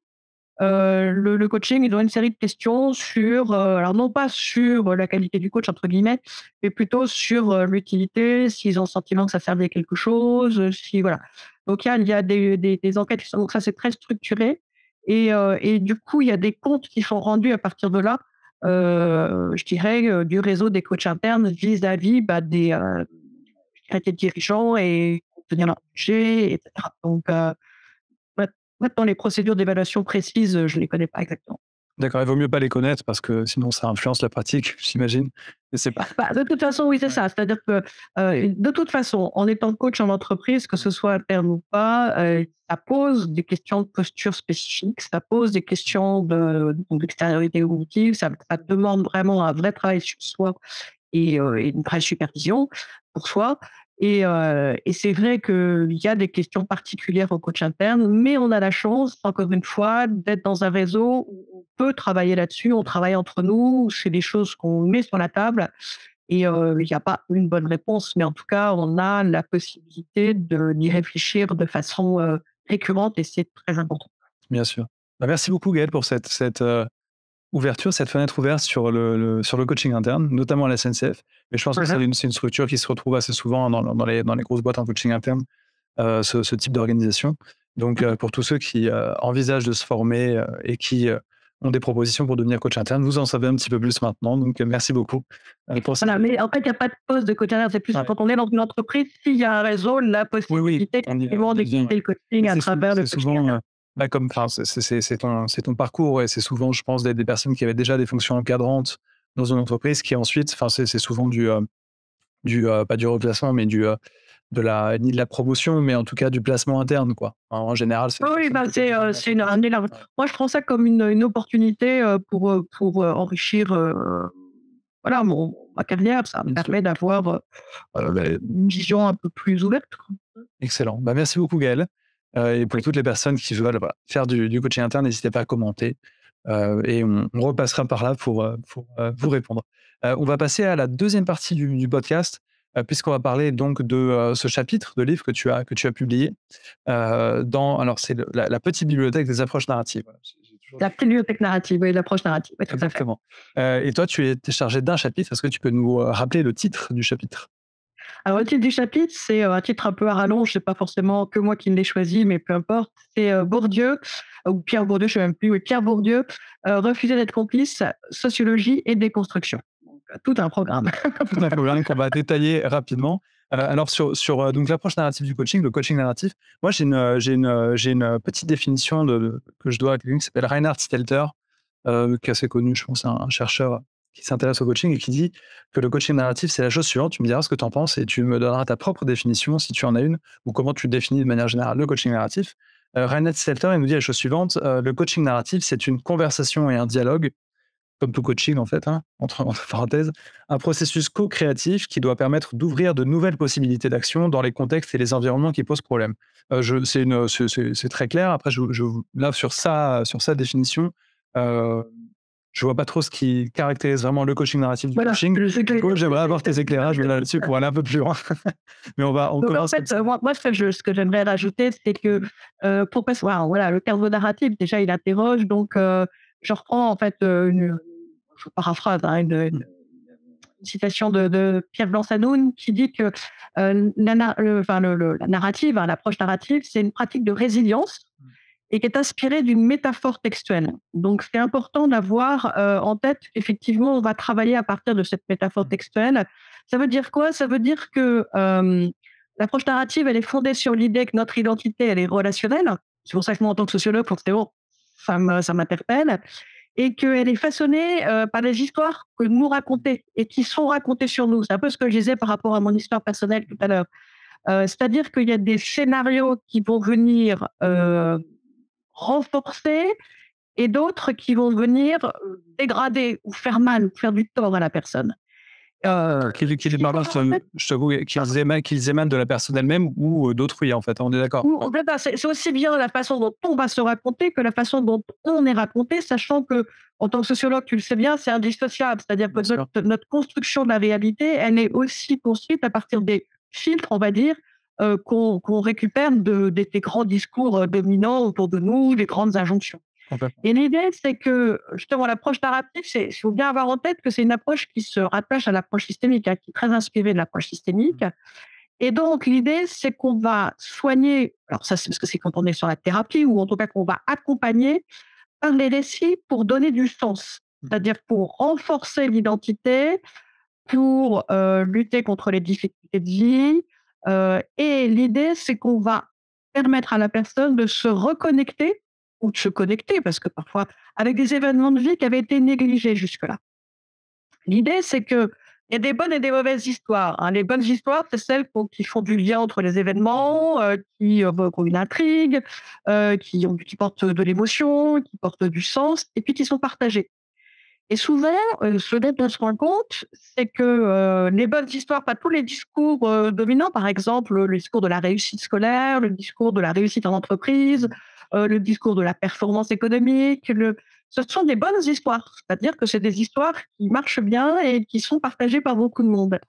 le coaching. Ils ont une série de questions sur, alors non pas sur la qualité du coach entre guillemets, mais plutôt sur l'utilité, s'ils ont le sentiment que ça servait à quelque chose, si voilà. Donc il y a des enquêtes qui sont, donc ça c'est très structuré et du coup il y a des comptes qui sont rendus à partir de là, je dirais, du réseau des coachs internes vis-à-vis, bah, je dirais des dirigeants et pour tenir leur budget et cetera. Donc maintenant les procédures d'évaluation précises, je ne les connais pas exactement. d'accord, il vaut mieux pas les connaître parce que sinon ça influence la pratique, j'imagine et c'est pas Bah, de toute façon, oui, c'est ouais, ça. C'est-à-dire que, de toute façon, en étant coach en entreprise, que ce soit interne ou pas, ça pose des questions de posture spécifiques, ça pose des questions d'extériorité cognitive, ça demande vraiment un vrai travail sur soi et une vraie supervision pour soi. Et c'est vrai qu'il y a des questions particulières au coach interne, mais on a la chance, encore une fois, d'être dans un réseau où on peut travailler là-dessus. On travaille entre nous, c'est des choses qu'on met sur la table et il n'y a pas une bonne réponse, mais en tout cas, on a la possibilité d'y réfléchir de façon récurrente et c'est très important. bien sûr. Bah, merci beaucoup Gaël pour cette ouverture, cette fenêtre ouverte sur le coaching interne, notamment à la SNCF. Mais je pense que Mmh. c'est une structure qui se retrouve assez souvent dans les grosses boîtes en coaching interne, ce type d'organisation. Donc, pour tous ceux qui envisagent de se former et qui ont des propositions pour devenir coach interne, vous en savez un petit peu plus maintenant. Donc, merci beaucoup pour cette. Voilà, mais en fait, il y a pas de poste de coach interne, c'est plus Ouais. quand on est dans une entreprise, s'il y a un réseau, la Oui, oui, possibilité on effectivement y vient. Ouais. d'exercer le coaching Et à travers le c'est coaching souvent, interne. bah, comme enfin, c'est ton parcours et c'est souvent, je pense, des personnes qui avaient déjà des fonctions encadrantes dans une entreprise qui ensuite enfin, c'est souvent pas du reclassement, mais ni de la promotion, mais en tout cas du placement interne, quoi. En général, c'est Oui, des oui, personnes bah, qui étaient déjà c'est une un élarg ouais. moi, je prends ça comme une opportunité, enrichir, voilà, ma carrière. Ça me Bien sûr. permet d'avoir, une vision un peu plus ouverte, quoi. Excellent. Bah, merci beaucoup Gaël, et pour toutes les personnes qui veulent, voilà, faire du coaching interne, n'hésitez pas à commenter, et on repassera par là pour vous répondre. On va passer à la deuxième partie du podcast, puisqu'on va parler donc de, ce chapitre de livre que tu as publié, alors c'est la petite bibliothèque des approches narratives. Voilà, j'ai toujours La bibliothèque narrative, oui, l'approche narrative, oui, tout à fait. exactement, et toi tu es chargé d'un chapitre. Est-ce que tu peux nous, rappeler le titre du chapitre? Alors, le titre du chapitre, c'est, un titre un peu à rallonge, c'est pas forcément que moi qui l'ai choisi, mais peu importe. C'est, Bourdieu, ou Pierre Bourdieu, je sais même plus, oui, Pierre Bourdieu, «Refuser d'être complice, sociologie et déconstruction». Donc, tout un programme. Tout un programme qu'on va détailler rapidement. Alors sur donc l'approche narrative du coaching, le coaching narratif, moi j'ai une petite définition que je dois à quelqu'un qui s'appelle Reinhard Stelter, qui est assez connu, je pense, un chercheur qui s'intéresse au coaching et qui dit que le coaching narratif, c'est la chose suivante. Tu me diras ce que tu en penses et tu me donneras ta propre définition si tu en as une ou comment tu définis de manière générale le coaching narratif. Reinhard Stelter, il nous dit la chose suivante: «Le coaching narratif, c'est une conversation et un dialogue comme tout coaching en fait, hein, entre parenthèses, un processus co-créatif qui doit permettre d'ouvrir de nouvelles possibilités d'action dans les contextes et les environnements qui posent problème. C'est très clair. Après, là, sur sa définition, heu, je vois pas trop ce qui caractérise vraiment le coaching narratif du Voilà, coaching. je sais Du que coup, j'aimerais avoir tes éclairages là-dessus pour aller un peu plus loin. Mais on donc en commence comme fait, ça. moi ce que j'aimerais rajouter, c'est que, pourquoi voilà, le cerveau narratif, déjà, il interroge donc, je reprends en fait, je paraphrase, hein, Mmh. une citation de Pierre Blanc-Sanoun qui dit que, la narrative, hein, l'approche narrative, c'est une pratique de résilience Mmh. et qui est inspirée d'une métaphore textuelle. Donc c'est important d'avoir, en tête qu'effectivement, on va travailler à partir de cette métaphore Mmh. textuelle. Ça veut dire quoi? Ça veut dire que, l'approche narrative, elle est fondée sur l'idée que notre identité, elle est relationnelle. C'est pour ça que moi, en tant que sociologue, forcément, ça m'interpelle et qu'elle est façonnée par des histoires que nous raconter et qui sont racontées sur nous. C'est un peu ce que je disais par rapport à mon histoire personnelle tout à l'heure. C'est-à-dire qu'il y a des scénarios qui vont venir renforcer et d'autres qui vont venir dégrader ou faire mal ou faire du tort à la personne. Qui Ce qu'il pardon, faut en fait, je t'avoue, qu'ils émanent de la personne elle-même ou d'autrui, en fait, on est d'accord? ou en fait, bah, c'est aussi bien la façon dont on va se raconter que la façon dont on est raconté, sachant que en tant que sociologue, tu le sais bien, c'est indissociable. C'est-à-dire que Bien sûr. notre construction de la réalité, elle est aussi construite à partir des filtres, on va dire, qu'on récupère des grands discours dominants autour de nous, des grandes injonctions. Complètement. Et l'idée, c'est que justement l'approche narrative, il faut bien avoir en tête que c'est une approche qui se rattache à l'approche systémique, hein, qui est très inspirée de l'approche systémique. Et donc l'idée, c'est qu'on va soigner, alors ça c'est parce que c'est quand on est sur la thérapie, ou en tout cas qu'on va accompagner par les récits pour donner du sens, c'est-à-dire pour renforcer l'identité, pour lutter contre les difficultés de vie. Et l'idée, c'est qu'on va permettre à la personne de se reconnecter ou de se connecter, parce que parfois, avec des événements de vie qui avaient été négligés jusque-là. L'idée, c'est qu'il y a des bonnes et des mauvaises histoires, hein. Les bonnes histoires, c'est celles qui font du lien entre les événements, qui ont une intrigue, qui portent de l'émotion, qui portent du sens, et puis qui sont partagées. Et souvent, ce dont on se rend compte, c'est que les bonnes histoires, pas tous les discours dominants, par exemple, le discours de la réussite scolaire, le discours de la réussite en entreprise, le discours de la performance économique, ce sont des bonnes histoires. C'est-à-dire que c'est des histoires qui marchent bien et qui sont partagées par beaucoup de monde.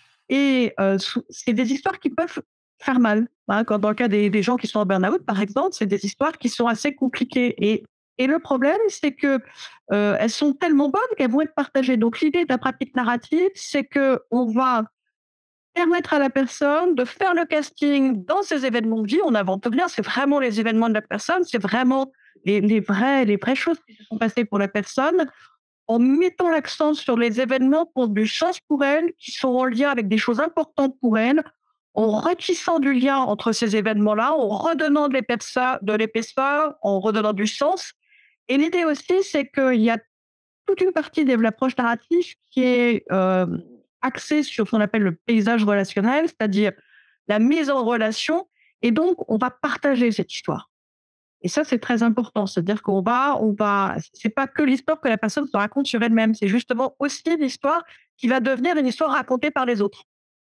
Et c'est des histoires qui peuvent faire mal, hein. Quand dans le cas des gens qui sont en burn-out, par exemple, c'est des histoires qui sont assez compliquées. Et le problème, c'est que elles sont tellement bonnes qu'elles vont être partagées. Donc l'idée de la pratique narrative, c'est qu'on va permettre à la personne de faire le casting dans ses événements de vie. On n'invente rien, c'est vraiment les événements de la personne, c'est vraiment les vraies choses qui se sont passées pour la personne, en mettant l'accent sur les événements qui ont du sens pour elle, qui sont en lien avec des choses importantes pour elle, en retissant du lien entre ces événements-là, en redonnant de l'épaisseur, en redonnant du sens. Et l'idée aussi, c'est qu'il y a toute une partie de l'approche narrative qui est axée sur ce qu'on appelle le paysage relationnel, c'est-à-dire la mise en relation. Et donc, on va partager cette histoire. Et ça, c'est très important. C'est-à-dire c'est pas que l'histoire que la personne se raconte sur elle-même, c'est justement aussi l'histoire qui va devenir une histoire racontée par les autres.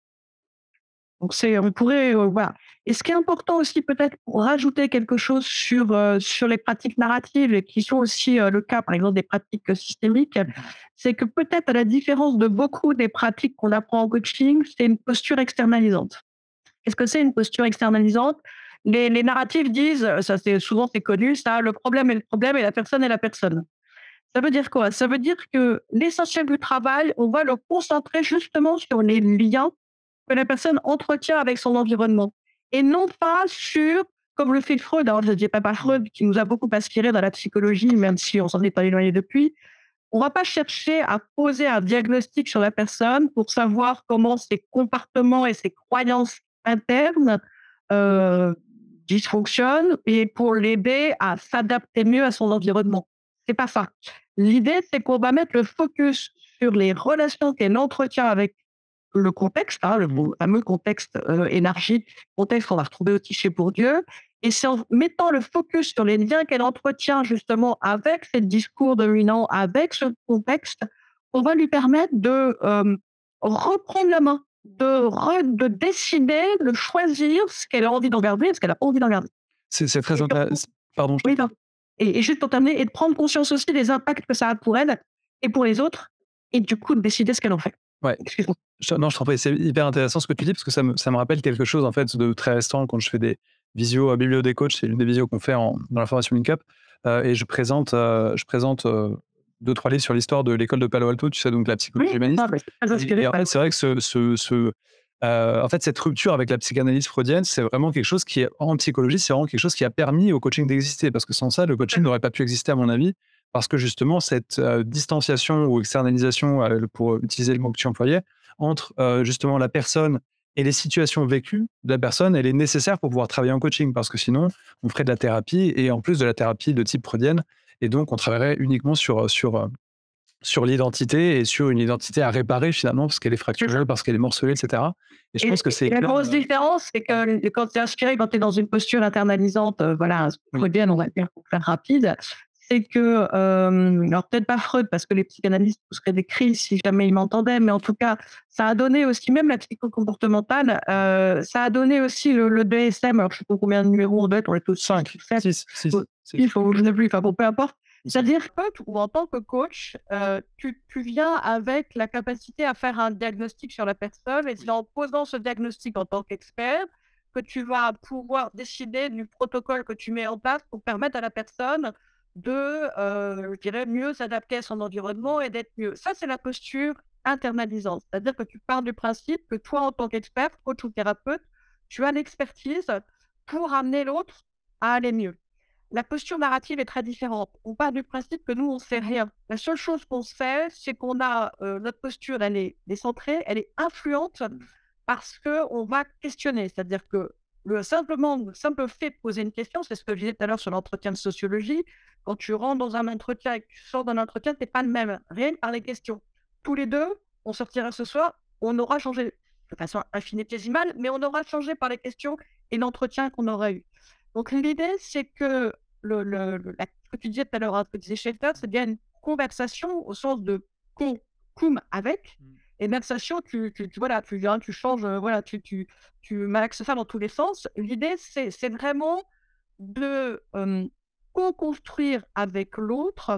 Donc on pourrait, voilà. Et ce qui est important aussi peut-être pour rajouter quelque chose sur les pratiques narratives et qui sont aussi le cas, par exemple, des pratiques systémiques, c'est que peut-être à la différence de beaucoup des pratiques qu'on apprend en coaching, c'est une posture externalisante. Qu'est-ce que c'est une posture externalisante? Les narratifs disent, ça c'est connu, ça, le problème est le problème et la personne est la personne. Ça veut dire quoi? Ça veut dire que l'essentiel du travail, on va le concentrer justement sur les liens que la personne entretient avec son environnement et non pas sur, comme le fait Freud, alors je ne dis pas Freud qui nous a beaucoup inspiré dans la psychologie, même si on s'en est pas éloigné depuis. On va pas chercher à poser un diagnostic sur la personne pour savoir comment ses comportements et ses croyances internes euh, dysfonctionnent et pour l'aider à s'adapter mieux à son environnement. C'est pas ça. L'idée, c'est qu'on va mettre le focus sur les relations qu'elle entretient avec le contexte, hein, le fameux contexte énergie, contexte qu'on va retrouver aussi chez Bourdieu. Et c'est en mettant le focus sur les liens qu'elle entretient justement avec ces discours dominants, avec ce contexte, qu'on va lui permettre de reprendre la main, de décider, de choisir ce qu'elle a envie d'en garder et ce qu'elle n'a pas envie d'en garder. C'est très Et intéressant. Pardon, je oui, t'en non. Et juste pour terminer, et de prendre conscience aussi des impacts que ça a pour elle et pour les autres, et du coup de décider ce qu'elle en fait. ouais. Excuse-moi. Non, je t'en prie, c'est hyper intéressant ce que tu dis parce que ça me rappelle quelque chose en fait de très récent quand je fais des visios à Biblio des coachs, c'est l'une des visios qu'on fait dans la formation LinkUp et je présente 2-3 livres sur l'histoire de l'école de Palo Alto, tu sais, donc la Oui, psychologie humaniste. ah, mais c'est très Et inspiré en par fait, c'est vrai que en fait, cette rupture avec la psychanalyse freudienne, c'est vraiment quelque chose qui est en psychologie, c'est vraiment quelque chose qui a permis au coaching d'exister parce que sans ça, le coaching n'aurait pas pu exister à mon avis parce que justement cette distanciation ou externalisation, pour utiliser le mot que tu employais, entre justement la personne et les situations vécues de la personne, elle est nécessaire pour pouvoir travailler en coaching parce que sinon, on ferait de la thérapie et en plus de la thérapie de type freudienne. Et donc, on travaillerait uniquement sur l'identité et sur une identité à réparer finalement parce qu'elle est C'est ça. fracturée, parce qu'elle est morcelée, et cetera. Et je pense que Et c'est la là, grosse différence, c'est que quand tu es inspiré, quand tu es dans une posture internalisante, voilà, oui, freudienne, on va dire, pour faire rapide, c'est que, alors peut-être pas Freud, parce que les psychanalystes pousseraient des cris si jamais ils m'entendaient, mais en tout cas, ça a donné aussi, même la psychocomportementale, ça a donné aussi le DSM. Alors, je sais pas combien de numéros on doit être, on est tous 5, 5, 7, 6, 6, 6. il faut, je ne sais plus, enfin bon, peu importe. C'est-à-dire que, ou en tant que coach, tu viens avec la capacité à faire un diagnostic sur la personne et c'est en posant ce diagnostic en tant qu'expert que tu vas pouvoir décider du protocole que tu mets en place pour permettre à la personne de, je dirais, mieux s'adapter à son environnement et d'être mieux. Ça, c'est la posture internalisante. C'est-à-dire que tu pars du principe que toi, en tant qu'expert, coach ou thérapeute, tu as l'expertise pour amener l'autre à aller mieux. La posture narrative est très différente. On part du principe que nous, on ne sait rien. La seule chose qu'on sait, c'est qu'on a, notre posture, elle est décentrée, elle est influente parce qu'on va questionner. C'est-à-dire que le simple fait de poser une question, c'est ce que je disais tout à l'heure sur l'entretien de sociologie. Quand tu rentres dans un entretien et que tu sors d'un entretien, tu n'es pas le même, rien que par les questions. Tous les deux, on sortira ce soir, on aura changé de façon infinitésimale, mais on aura changé par les questions et l'entretien qu'on aura eu. Donc l'idée, c'est que ce que tu disais tout à l'heure, hein, ce que disait Schaeffer, c'est bien une conversation au sens de cum avec, et versation, voilà, tu viens, tu changes, voilà, tu malaxes ça dans tous les sens. L'idée, c'est vraiment de co-construire avec l'autre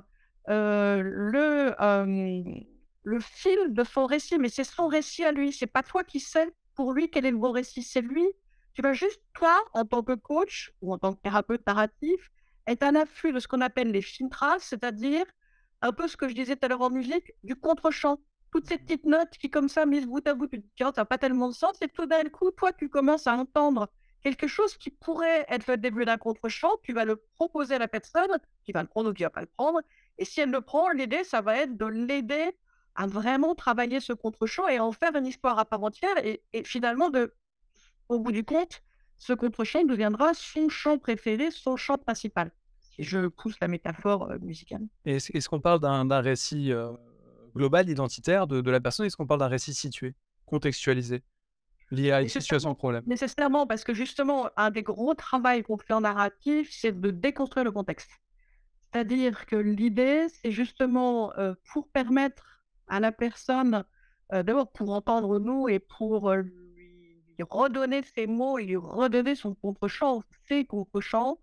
le fil de son récit, mais c'est son récit à lui, c'est pas toi qui sais pour lui quel est le bon récit, c'est lui. Tu vas juste, toi, en tant que coach ou en tant que thérapeute narratif, être à l'affût de ce qu'on appelle les chintras, c'est-à-dire un peu ce que je disais tout à l'heure en musique, du contre-champ. Toutes ces petites notes qui, comme ça, mises bout à bout, tu te dis: «Tiens, ça n'a pas tellement de sens» et tout d'un coup, toi, tu commences à entendre quelque chose qui pourrait être le début d'un contre-champ, tu vas le proposer à la personne, qui va le prendre ou qui va pas le prendre. Et si elle le prend, l'idée, ça va être de l'aider à vraiment travailler ce contre-champ et en faire une histoire à part entière et finalement, au bout du compte, ce contre-champ deviendra son chant préféré, son chant principal. Si je pousse la métaphore musicale. Et est-ce qu'on parle d'un récit, global, identitaire de la personne? Est-ce qu'on parle d'un récit situé, contextualisé, lié à une situation de Nécessairement, problème? nécessairement, parce que justement, un des gros travails qu'on fait en narratif, c'est de déconstruire le contexte. C'est-à-dire que l'idée, c'est justement, pour permettre à la personne, d'abord pour entendre nous et pour, lui redonner ses mots et lui redonner son contre-champ, ses contre-champs,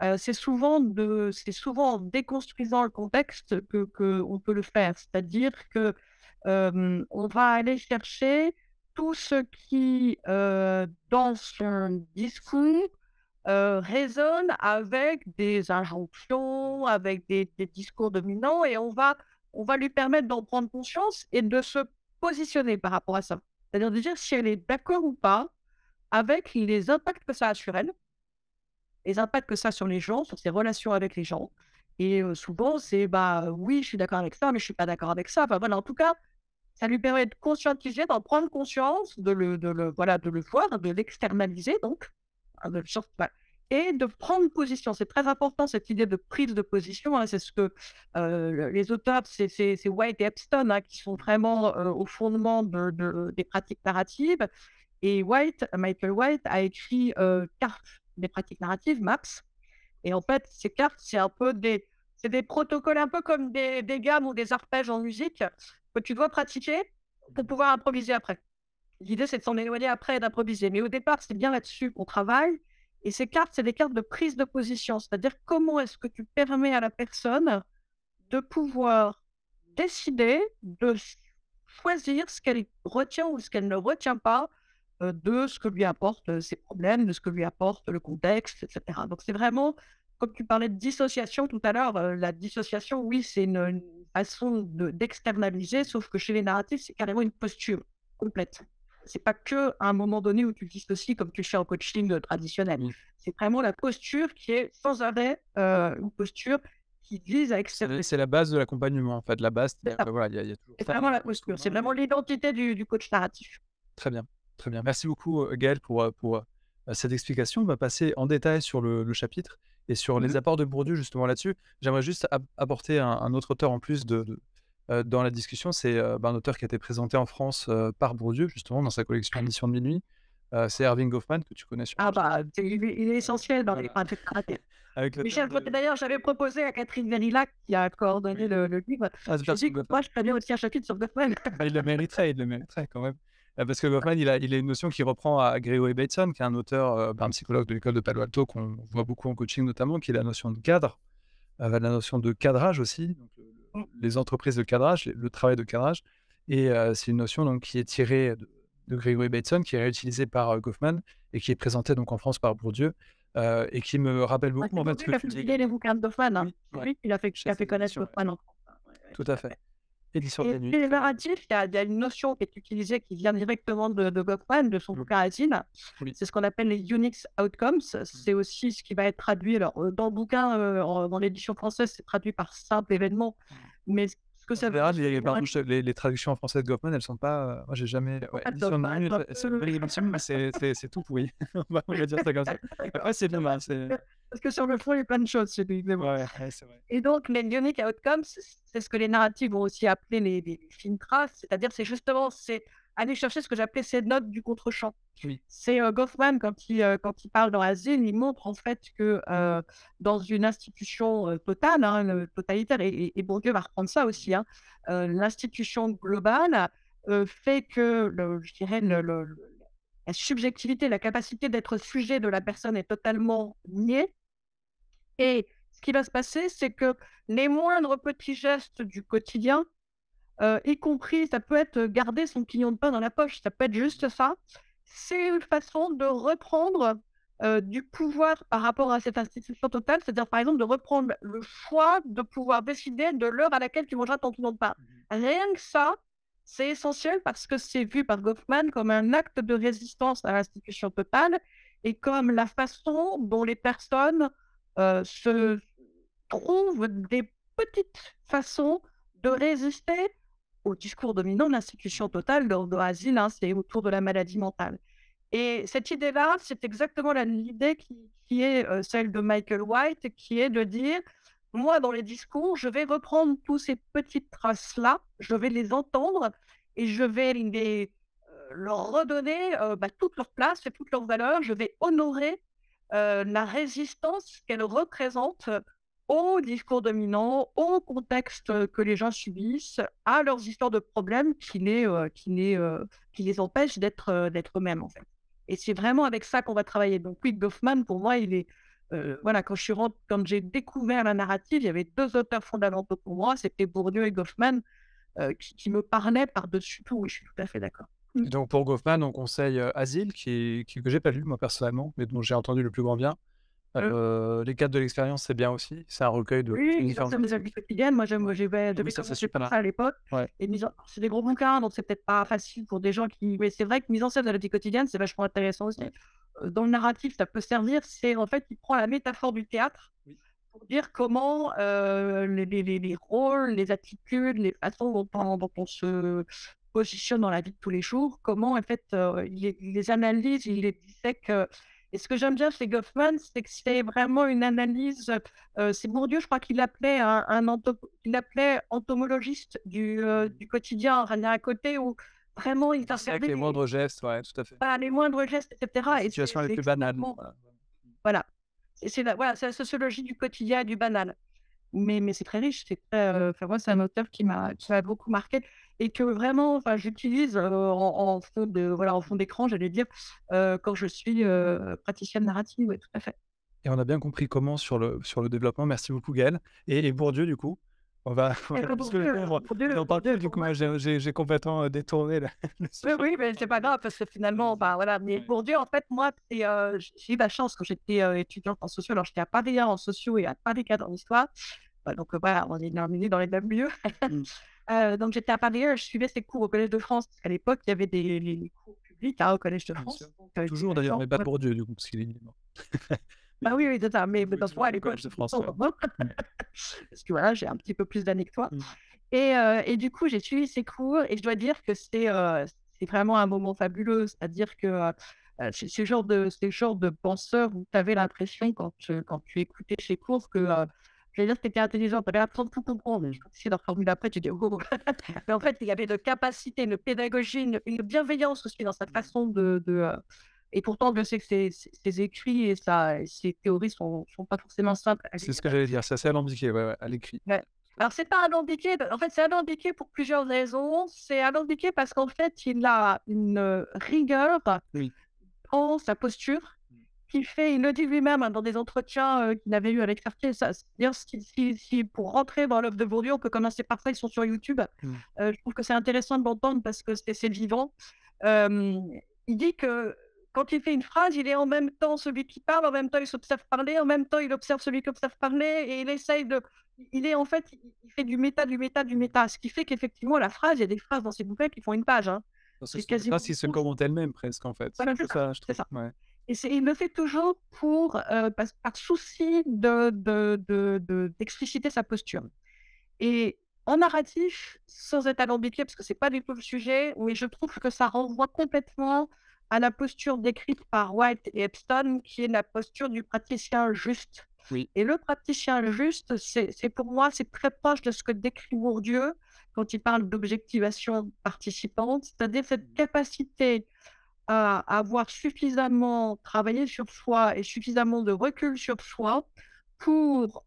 c'est souvent en déconstruisant le contexte que on peut le faire. C'est-à-dire que, on va aller chercher tout ce qui, dans son discours, résonne avec des injonctions, avec des discours dominants et on va lui permettre d'en prendre conscience et de se positionner par rapport à ça. C'est-à-dire de dire si elle est d'accord ou pas avec les impacts que ça a sur elle, les impacts que ça a sur les gens, sur ses relations avec les gens et souvent c'est: «Bah, oui, je suis d'accord avec ça, mais je suis pas d'accord avec ça». Enfin voilà, en tout cas, ça lui permet de conscientiser, d'en prendre conscience, voilà, de le voir, de l'externaliser donc, hein, de sorte voilà et de prendre position. C'est très important cette idée de prise de position, hein. C'est ce que, les auteurs, c'est White et Epstein, hein, qui sont vraiment, au fondement des pratiques narratives et Michael White a écrit, Cartes des pratiques narratives, MAPS et en fait, ces cartes, c'est des protocoles un peu comme des gammes ou des arpèges en musique que tu dois pratiquer pour pouvoir improviser après. L'idée, c'est de s'en éloigner après et d'improviser. Mais au départ, c'est bien là-dessus qu'on travaille. Et ces cartes, c'est des cartes de prise de position. C'est-à-dire comment est-ce que tu permets à la personne de pouvoir décider, de choisir ce qu'elle retient ou ce qu'elle ne retient pas de ce que lui apportent ses problèmes, de ce que lui apporte le contexte, etc. Donc c'est vraiment, comme tu parlais de dissociation tout à l'heure, la dissociation, oui, c'est une façon d'externaliser, sauf que chez les narratifs, c'est carrément une posture complète. C'est pas que à un moment donné où tu dissocies comme tu le fais en coaching traditionnel. Mmh. C'est vraiment la posture qui est sans arrêt une posture qui vise à externer. C'est la base de l'accompagnement, en fait. La base, C'est c'est-à-dire ça, que voilà, il y a toujours c'est ça vraiment la en posture, c'est commun vraiment et l'identité du coach narratif. très bien, très bien. Merci beaucoup, Gaël pour cette explication. On va passer en détail sur le chapitre Et sur Mmh. les apports de Bourdieu justement là-dessus, j'aimerais juste apporter un autre auteur en plus dans la discussion. C'est, un auteur qui a été présenté en France, par Bourdieu justement dans sa collection Éditions de minuit. C'est Erving Goffman que tu connais Ah sûrement, bah, il est Voilà, essentiel dans les voilà. pratiques. Avec le terme Michel, de d'ailleurs, j'avais proposé à Catherine Verillac, qui a coordonné oui, le livre, ah de j'ai faire sur dit que moi, Goffman. je ferais bien aussi un chapitre sur Goffman. Bah, il le mériterait quand même. Parce que Goffman, il a une notion qui reprend à Gregory Bateson, qui est un auteur, un psychologue de l'école de Palo Alto qu'on voit beaucoup en coaching notamment, qui est la notion de cadre, la notion de cadrage aussi, donc Mmh. les entreprises de cadrage, le travail de cadrage et c'est une notion donc qui est tirée de Gregory Bateson, qui est réutilisée par, Goffman et qui est présentée donc en France par Bourdieu, et qui me rappelle Ah, beaucoup c'est en fait ce Bourdieu que qui a tu dis publié les également. bouquins de Goffman, hein. Oui, C'est ouais, lui qui chez a fait ses connaître éditions, ouais, Goffman en France, hein. Ouais, tout tout à à fait. fait. Édition de Et minuit, chez les très bonne. narratifs, il y a une notion qui est utilisée, qui vient directement de Goffman, de son Mmh. bouquin Asile. Oui. C'est ce qu'on appelle les Unix Outcomes. Mmh. C'est aussi ce qui va être traduit, alors, dans le bouquin, dans l'édition française, c'est traduit par simple événement, mais ce que En ça veut dire général, chez les pardon, narratifs, les traductions en français de Goffman, elles sont pas, moi j'ai jamais elles sont ouais, pas top, édition de hein, elles minuit, sont un c'est peu une édition, mais c'est tout pourri. On va dire ça comme ça. Après c'est dommage, c'est parce que sur le fond, il y a plein de choses chez lui, mais bon. ouais, ouais, c'est vrai. Et donc, les unique outcomes, c'est ce que les narratifs vont aussi appeler les films traces, c'est-à-dire c'est justement, c'est aller chercher ce que j'appelais ces notes du contre-champ. Oui. C'est, Goffman quand il parle dans Asile, il montre en fait que, dans une institution, totale, hein, totalitaire et Bourdieu va reprendre ça aussi, hein, l'institution globale, fait que je dirais la subjectivité, la capacité d'être sujet de la personne est totalement niée et ce qui va se passer, c'est que les moindres petits gestes du quotidien, y compris ça peut être, garder son quignon de pain dans la poche, ça peut être juste ça. C'est une façon de reprendre, du pouvoir par rapport à cette institution totale, c'est-à-dire, par exemple, de reprendre le choix de pouvoir décider de l'heure à laquelle tu mangeras ton quignon de pain. Mmh. Rien que ça, c'est essentiel parce que c'est vu par Goffman comme un acte de résistance à l'institution totale et comme la façon dont les personnes, se trouvent des petites façons de résister au discours dominant de l'institution totale de Asile, hein, c'est autour de la maladie mentale. Et cette idée-là, c'est exactement l'idée qui est, celle de Michael White, qui est de dire: «Moi, dans les discours, je vais reprendre tous ces petites traces-là, je vais les entendre et je vais leur redonner, toute leur place et toute leur valeur. Je vais honorer, la résistance qu'elles représentent, au discours dominant, au contexte, que les gens subissent, à leurs histoires de problèmes qui les empêchent d'être eux-mêmes, en fait. Et c'est vraiment avec ça qu'on va travailler. Donc oui, Goffman, pour moi, il est, voilà, quand j'ai découvert la narrative, il y avait 2 auteurs fondamentaux pour moi, c'était Bourdieu et Goffman, qui me parlaient par-dessus tout. Oui, je suis tout à fait d'accord. Mmh. Et donc pour Goffman, on conseille, Asile que j'ai pas lu moi personnellement, mais dont j'ai entendu le plus grand bien. Les cadres de l'expérience, c'est bien aussi. C'est un recueil de Oui, Mise en différentes scène des habits quotidiennes. Moi, ouais. Oui, j'avais ça c'est commencé super par là. ça à l'époque Ouais. et c'est des gros bouquins, donc c'est peut-être pas facile pour des gens qui mais c'est vrai que mise en scène de la vie quotidienne, c'est vachement intéressant aussi. Ouais. Dans le narratif, ça peut servir, c'est en fait, il prend la métaphore du théâtre Oui. pour dire comment, les rôles, les attitudes, les façons dont on se positionne dans la vie de tous les jours, comment en fait, il les analyse, il les dissèque, et ce que j'aime bien chez Goffman, c'est que c'est vraiment une analyse, c'est Bourdieu, je crois qu'il l'appelait il l'appelait entomologiste Mmh. du quotidien, enfin, il y a un côté où vraiment il C'est vrai que t'observait les moindres gestes, ouais, tout à fait. les moindres gestes et Les cetera et situations les c'est plus banales. extrêmement Voilà. voilà, c'est la sociologie du quotidien et du banal. Mais c'est très riche, c'est très, enfin moi, c'est un auteur qui m'a beaucoup marqué et que vraiment, enfin, j'utilise, en fond de voilà, en fond d'écran, j'allais dire, quand je suis, praticienne narrative, ouais, tout à fait. Et on a bien compris comment sur le développement. Merci beaucoup Gaël et Bourdieu du coup? On va Et voilà, parce que le Bourdieu pauvre, il Bourdieu en parle plus Bourdieu du pour coup moi moi j'ai complètement, détourné le oui, sujet. oui, mais c'est pas grave parce que finalement, Vas-y. bah, voilà, mais Ouais. Bourdieu, en fait, moi, c'est, j'ai eu la chance quand j'étais, étudiante en socio, alors j'étais à Paris 1 en socio et à Paris 4 en histoire. Bah, donc, voilà, on est dans les mêmes lieux. Mmh. Donc j'étais à Paris 1, je suivais ses cours au Collège de France, parce qu'à l'époque, il y avait les cours publics, hein, au Collège de Bien sûr. France. Donc, j'ai eu Toujours la d'ailleurs, chance, mais pas ouais. Bourdieu du coup, parce qu'il est mort. Bah, oui, oui, c'est ça, mais Oui, dans ce toujours cas, à au l'époque, Collège de j'étais France, pas ouais. maman, Mmh. parce que voilà, j'ai un petit peu plus d'années que toi. Mmh. Et du coup, j'ai suivi ses cours et je dois dire que c'est vraiment un moment fabuleux. C'est-à-dire que, C'est le genre de penseur où tu avais l'impression quand tu écoutais ses cours que, j'allais dire que tu étais intelligent, tu avais l'impression de tout comprendre. Mais je essayé de reformuler après, tu dis: «Oh!» mais en fait, il y avait une capacité, une pédagogie, une bienveillance aussi dans sa façon et pourtant je sais que ses écrits et ses théories sont pas forcément simples à C'est lire. ce que j'allais dire, c'est assez alambiqué, ouais, ouais, à l'écrit. Ouais. Alors c'est pas alambiqué, en fait, c'est alambiqué pour plusieurs raisons. C'est alambiqué parce qu'en fait, il a une, rigueur Oui. dans sa posture qui fait il le dit lui-même, hein, dans des entretiens, qu'il avait eu avec Cartier, ça c'est-à-dire si pour rentrer dans l'œuvre de Bourdieu, on peut commencer par ça, ils sont sur YouTube. Mmh. Je trouve que c'est intéressant de l'entendre parce que c'est vivant. Hem, il dit que quand il fait une phrase, il est en même temps celui qui parle, en même temps il s'observe parler, en même temps il observe celui qui observe parler et il essaye de il est en fait, il fait du méta, du méta, du méta. Ce qui fait qu'effectivement la phrase, il y a des phrases dans ses bouquins qui font une page, hein. Parce que C'est c'est une quasiment phrase qui se tout. commente elle-même presque, en fait. Voilà, C'est c'est ça, ça, je c'est trouve. ça. Ouais. Et il le fait toujours pour, par souci d'expliciter sa posture. Et en narratif, sans être alambiqué, parce que c'est pas du tout le sujet, mais je trouve que ça renvoie complètement à la posture décrite par White et Epstein, qui est la posture du praticien juste. Oui. Et le praticien juste, c'est pour moi, c'est très proche de ce que décrit Bourdieu quand il parle d'objectivation participante, c'est-à-dire cette capacité à avoir suffisamment travaillé sur soi et suffisamment de recul sur soi pour,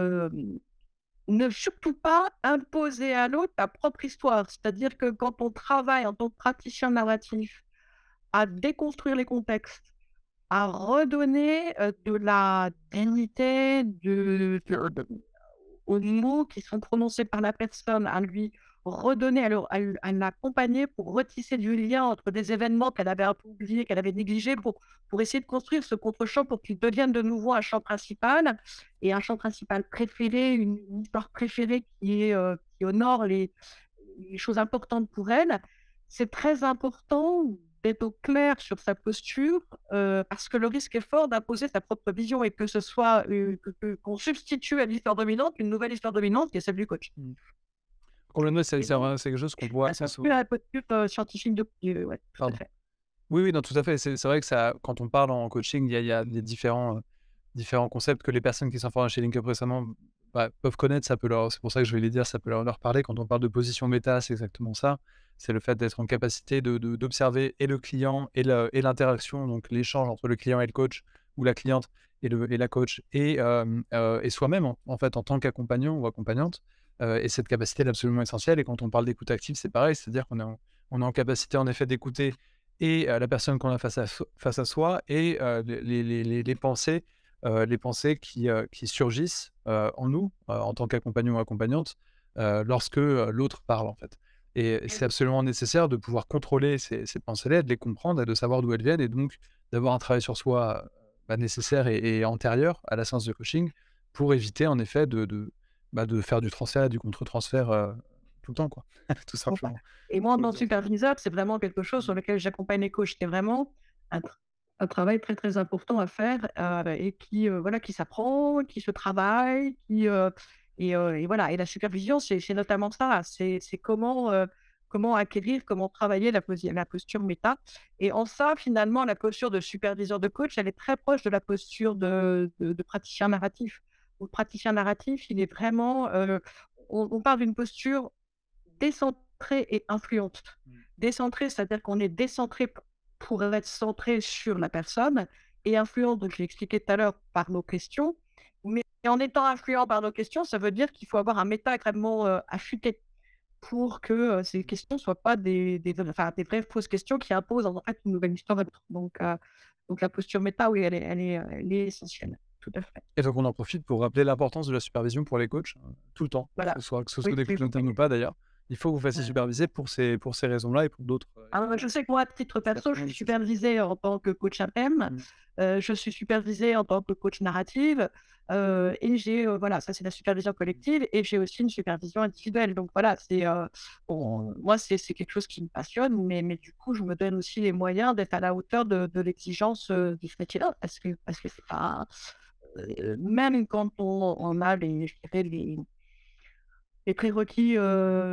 ne surtout pas imposer à l'autre ta propre histoire. C'est-à-dire que quand on travaille en tant que praticien narratif à déconstruire les contextes, à redonner, de la dignité, aux mots qui sont prononcés par la personne, à lui redonner, à l'accompagner pour retisser du lien entre des événements qu'elle avait un peu oubliés, qu'elle avait négligés, pour essayer de construire ce contre-champ pour qu'il devienne de nouveau un champ principal et un champ principal préféré, une histoire préférée qui honore les choses importantes pour elle. C'est très important d'être au clair sur sa posture, parce que le risque est fort d'imposer sa propre vision et que ce soit, qu'on substitue à l'histoire dominante une nouvelle histoire dominante qui est celle du coach. Mmh. Complètement, Et donc c'est quelque chose qu'on voit assez plus souvent. à la posture, scientifique ouais, tout à Pardon. fait. Oui, oui, non, tout à fait. C'est vrai que ça quand on parle en coaching, il y a des différents concepts que les personnes qui sont formées chez LinkUp récemment, bah, peuvent connaître. Ça peut leur C'est pour ça que je vais les dire, ça peut leur parler. Quand on parle de position méta, c'est exactement ça. C'est le fait d'être en capacité d'observer et le client et l'interaction, donc l'échange entre le client et le coach ou la cliente et la coach et soi-même en fait en tant qu'accompagnant ou accompagnante, et cette capacité est absolument essentielle et quand on parle d'écoute active, c'est pareil, c'est-à-dire qu'on est en capacité en effet d'écouter et la personne qu'on a face à soi et les pensées qui surgissent, en nous, en tant qu'accompagnant ou accompagnante, lorsque, l'autre parle, en fait. Et c'est absolument nécessaire de pouvoir contrôler ces pensées-là, de les comprendre et de savoir d'où elles viennent et donc d'avoir un travail sur soi, bah, nécessaire et antérieur à la séance de coaching pour éviter en effet de faire du transfert et du contre-transfert, tout le temps, quoi, tout Voilà. simplement. Et moi, en Faut le tant que dire. superviseur, c'est vraiment quelque chose sur Mmh. lequel j'accompagne les coachs. C'est vraiment un travail très, très important à faire, et qui, voilà, qui s'apprend, qui se travaille, et voilà. Et la supervision, c'est notamment ça. C'est comment acquérir, comment travailler la posture méta. Et en ça, finalement, la posture de superviseur de coach, elle est très proche de la posture de praticien narratif. Le praticien narratif, il est vraiment, on parle d'une posture décentrée et influente. Mmh. Décentrée, c'est-à-dire qu'on est décentré pour être centré sur la personne et influent, donc je l'ai expliqué tout à l'heure, par nos questions. Mais en étant influent par nos questions, ça veut dire qu'il faut avoir un méta extrêmement, affûté pour que, ces questions ne soient pas des vraies fausses questions qui imposent en fait une nouvelle histoire à l'autre. Donc la posture méta, oui, elle est essentielle. Tout à fait. Et donc on en profite pour rappeler l'importance de la supervision pour les coachs, tout le temps, Voilà. que ce soit Oui, des oui, coachs internes oui. ou pas d'ailleurs. Il faut que vous fassiez superviser pour ces raisons-là et pour d'autres, Ah, je sais que moi, à titre c'est perso, je absolument suis nécessaire. supervisée en tant que coach APEM, Mmh. je suis supervisée en tant que coach narrative, et j'ai, voilà, ça c'est la supervision Mmh. collective et j'ai aussi une supervision individuelle. Donc voilà, bon, moi c'est quelque chose qui me passionne, mais du coup, je me donne aussi les moyens d'être à la hauteur de l'exigence, de ce métier-là parce que c'est pas, même quand on a je dirais les prérequis,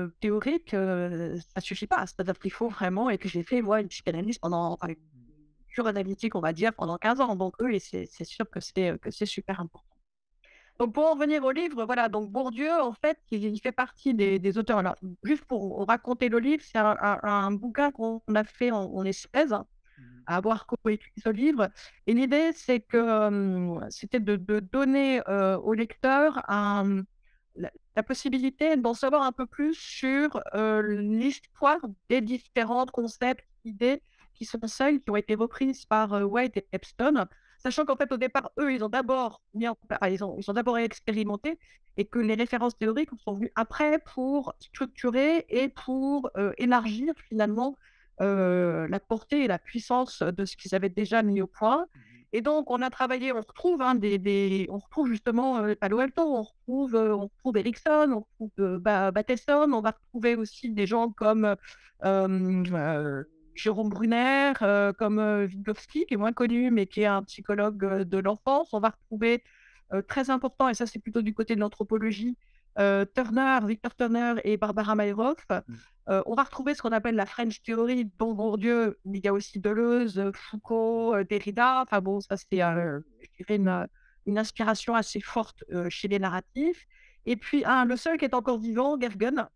théoriques, ça suffit pas. C'est-à-dire qu'il faut vraiment et que j'ai fait moi une psychanalyse pendant enfin, pure analytique, on va dire, pendant 15 ans. Donc oui, c'est sûr que c'est super important. Donc pour en revenir au livre, voilà, donc Bourdieu, en fait, il fait partie des auteurs. Alors, juste pour raconter le livre, c'est un bouquin qu'on a fait, on est 16 Mmh. à avoir coécrit ce livre. Et l'idée, c'est que c'était de donner au lecteur la possibilité d'en savoir un peu plus sur l'histoire des différents concepts, idées qui sont celles qui ont été reprises par White et Epstein. Sachant qu'en fait, au départ, eux, ils ont d'abord ils ont d'abord expérimenté et que les références théoriques sont venues après pour structurer et pour élargir finalement la portée et la puissance de ce qu'ils avaient déjà mis au point. Mmh. Et donc, on a travaillé, on retrouve on retrouve justement Palo Alto, on retrouve Ericsson, on retrouve Bateson, on va retrouver aussi des gens comme Jérôme Brunner, comme Vygotsky, qui est moins connu, mais qui est un psychologue de l'enfance. On va retrouver très important, et ça c'est plutôt du côté de l'anthropologie, Victor Turner et Barbara Mayroff. Mmh. On va retrouver ce qu'on appelle la French Theory, dont Bourdieu, mais il y a aussi Deleuze, Foucault, Derrida. Enfin bon, ça c'est, je dirais une inspiration assez forte, chez les narratifs. Et puis le seul qui est encore vivant, Gergen,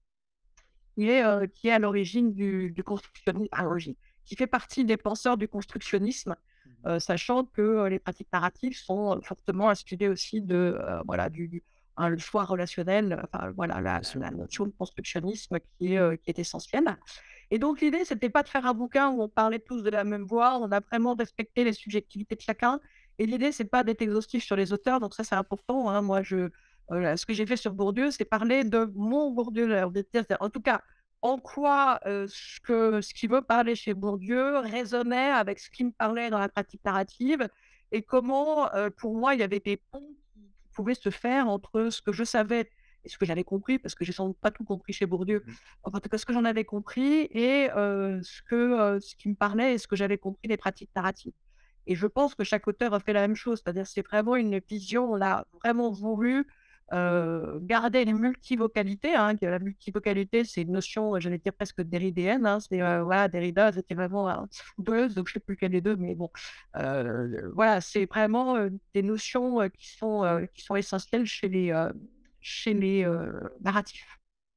qui est à l'origine du constructionnisme, à l'origine, qui fait partie des penseurs du constructionnisme, Mmh. sachant que, les pratiques narratives sont, fortement inspirées aussi de, voilà, le choix relationnel, enfin voilà, Bien sûr. la notion de constructionnisme qui est essentielle. Et donc l'idée, c'était pas de faire un bouquin où on parlait tous de la même voix, on a vraiment respecté les subjectivités de chacun. Et l'idée, c'est pas d'être exhaustif sur les auteurs, donc ça, c'est important, hein. Moi, ce que j'ai fait sur Bourdieu, c'est parler de mon Bourdieu, j'ai envie de dire. En tout cas, en quoi, ce qui veut parler chez Bourdieu résonnait avec ce qui me parlait dans la pratique narrative et comment, pour moi, il y avait des ponts qui pouvaient se faire entre ce que je savais et ce que j'avais compris, parce que j'ai sans doute pas tout compris chez Bourdieu. Mmh. Enfin, en tout cas, ce que j'en avais compris et ce qui me parlait et ce que j'avais compris des pratiques narratives. Et je pense que chaque auteur a fait la même chose, c'est-à-dire c'est vraiment une vision, on a vraiment voulu garder les multivocalités, hein, que la multivocalité, c'est une notion, j'allais dire presque derridéenne, hein. C'est, voilà, Derrida, c'était vraiment un Deleuze, donc je sais plus lequel des 2, mais bon, voilà, c'est vraiment, des notions, qui sont essentielles chez les narratifs.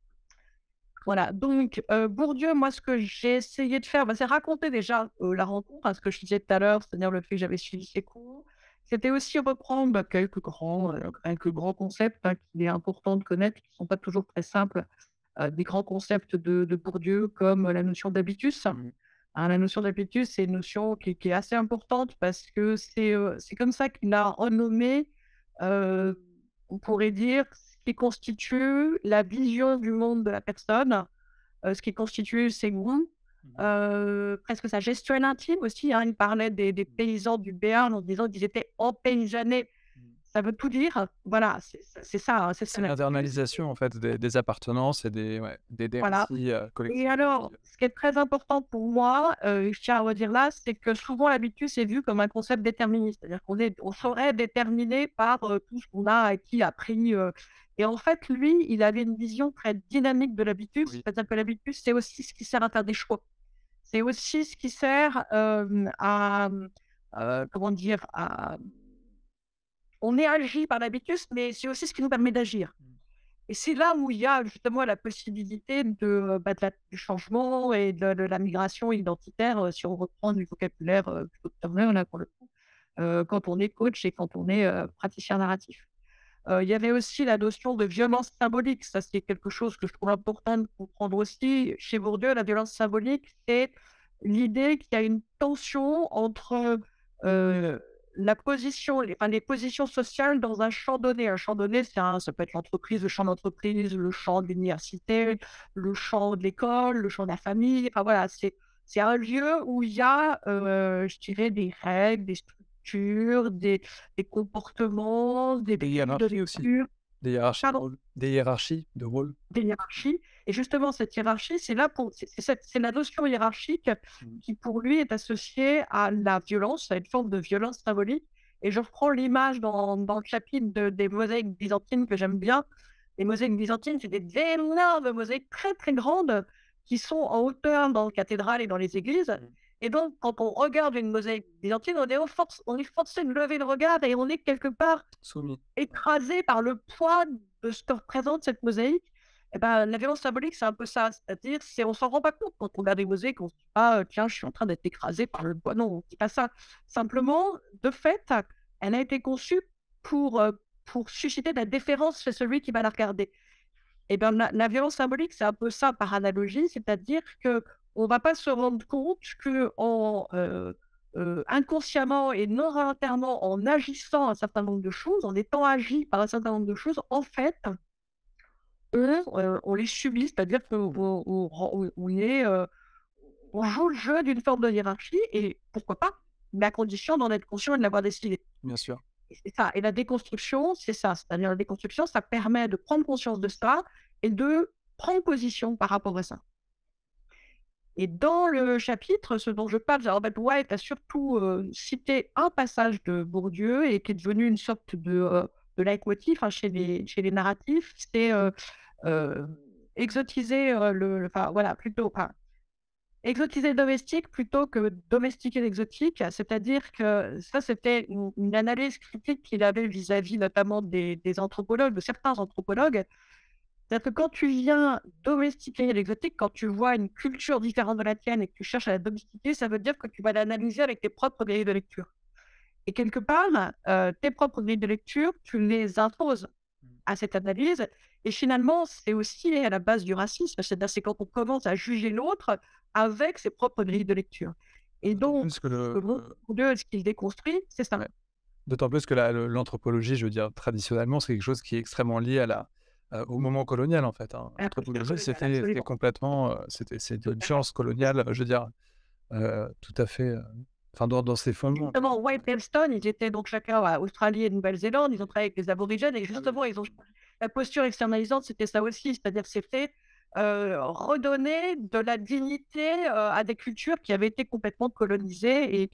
Voilà, donc Bourdieu, moi, ce que j'ai essayé de faire, c'est raconter déjà, la rencontre, hein, ce que je disais tout à l'heure, c'est-à-dire le fait que j'avais suivi ses cours. C'était aussi reprendre, quelques grands concepts, hein, qu'il est important de connaître, qui ne sont pas toujours très simples, des grands concepts de Bourdieu, comme la notion d'habitus. Mmh. Hein, la notion d'habitus, c'est une notion qui est assez importante parce que c'est comme ça qu'il a renommé, heu, on pourrait dire, ce qui constitue la vision du monde de la personne, ce qui constitue ses goûts, Mmh. presque sa gestuelle intime aussi, hein. Il parlait des Mmh. paysans du Béarn en disant qu'ils étaient empaysanés. Mmh. Ça veut tout dire. Voilà, c'est ça, hein, c'est ça C'est l'habitus. l'internalisation en fait des appartenances et des Voilà. récits, Et collectifs alors, aussi. ce qui est très important pour moi, je tiens à redire là, c'est que souvent l'habitus est vu comme un concept déterministe. C'est-à-dire on Mmh. serait déterminé par, tout ce qu'on a acquis, appris, et en fait, lui, il avait une vision très dynamique de l'habitus. Oui. C'est-à-dire que l'habitus, c'est aussi ce qui sert à faire des choix. C'est aussi ce qui sert, à, comment dire? On est agi par l'habitus, mais c'est aussi ce qui nous permet d'agir. Mmh. Et c'est là où il y a justement la possibilité du changement et de la migration identitaire, si on reprend du vocabulaire, plutôt de Turner là pour le coup, quand on est coach et quand on est, praticien narratif. Il y avait aussi la notion de violence symbolique. Ça, c'est quelque chose que je trouve important de comprendre aussi. Chez Bourdieu, la violence symbolique, c'est l'idée qu'il y a une tension entre, heu, les positions sociales dans un champ donné. Un champ donné, ça peut être l'entreprise, le champ d'entreprise, le champ de l'université, le champ de l'école, le champ de la famille. Enfin voilà, c'est un lieu où il y a, je dirais des règles, des structures, des comportements, des Des grilles de hiérarchies aussi, lecture, pardon, des hiérarchies de rôle. des hiérarchies. Et justement, cette hiérarchie, c'est la notion hiérarchique Mmh. qui, pour lui, est associée à la violence, à une forme de violence symbolique. Et je reprends l'image dans le chapitre des mosaïques byzantines que j'aime bien. Les mosaïques byzantines, c'est des énormes mosaïques très, très grandes qui sont en hauteur dans les cathédrales et dans les églises. Mmh. Et donc, quand on regarde une mosaïque byzantine, on est forcé de lever le regard et on est quelque part Soumis. écrasé par le poids de ce que représente cette mosaïque. Et ben, la violence symbolique, c'est un peu ça. C'est-à-dire, on s'en rend pas compte quand on regarde les mosaïques, on se dit pas, tiens, je suis en train d'être écrasé par le poids. Non, on ne dit pas ça. Simplement, de fait, elle a été conçue pour, euh, pour susciter de la déférence chez celui qui va la regarder. Et bien, la violence symbolique, c'est un peu ça par analogie, c'est-à-dire que on va pas se rendre compte qu'en, inconsciemment et non volontairement, en agissant un certain nombre de choses, en étant agi par un certain nombre de choses, en fait, on les subit, c'est-à-dire on joue le jeu d'une forme de hiérarchie et pourquoi pas, mais à condition d'en être conscient et de l'avoir décidé. Bien sûr. Et c'est ça. Et la déconstruction, c'est ça. C'est-à-dire la déconstruction, ça permet de prendre conscience de ça et de prendre position par rapport à ça. Et dans le chapitre, ce dont je parle, Robert White a surtout cité un passage de Bourdieu et qui est devenu une sorte de leitmotiv chez les narratifs. C'est euh, exotiser enfin voilà, exotiser le domestique plutôt que domestiquer l'exotique, c'est-à-dire que ça, c'était une analyse critique qu'il avait vis-à-vis notamment des anthropologues, de certains anthropologues. C'est-à-dire que quand tu viens domestiquer l'exotique, quand tu vois une culture différente de la tienne et que tu cherches à la domestiquer, ça veut dire que tu vas l'analyser avec tes propres grilles de lecture. Et quelque part, tes propres grilles de lecture, tu les imposes à cette analyse. Et finalement, c'est aussi à la base du racisme. C'est quand on commence à juger l'autre avec ses propres grilles de lecture. Et D'autant donc, plus que ce qu'il déconstruit, c'est ça. ouais. D'autant plus que l'anthropologie, je veux dire, traditionnellement, c'est quelque chose qui est extrêmement lié au moment colonial, en fait, hein. L'anthropologie, c'était Absolument. complètement, c'était une science coloniale, je veux dire, tout à fait, enfin, dans ses fondements. Justement, White et Stone, ils étaient donc chacun à Australie et Nouvelle-Zélande, ils ont travaillé avec des aborigènes et justement, la posture externalisante, c'était ça aussi, c'est-à-dire c'était redonner de la dignité à des cultures qui avaient été complètement colonisées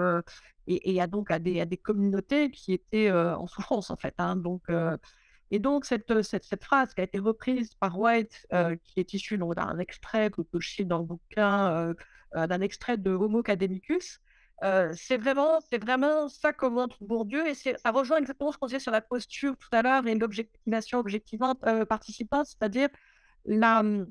et à des communautés qui étaient en souffrance en fait. Hein. Donc cette phrase qui a été reprise par White, qui est issue d'un extrait que je cite dans le bouquin, d'un extrait de Homo Academicus, c'est vraiment ça que montre Bourdieu et ça rejoint exactement ce qu'on disait sur la posture tout à l'heure et l'objectivation objectivante, participante, c'est-à-dire la, mmh,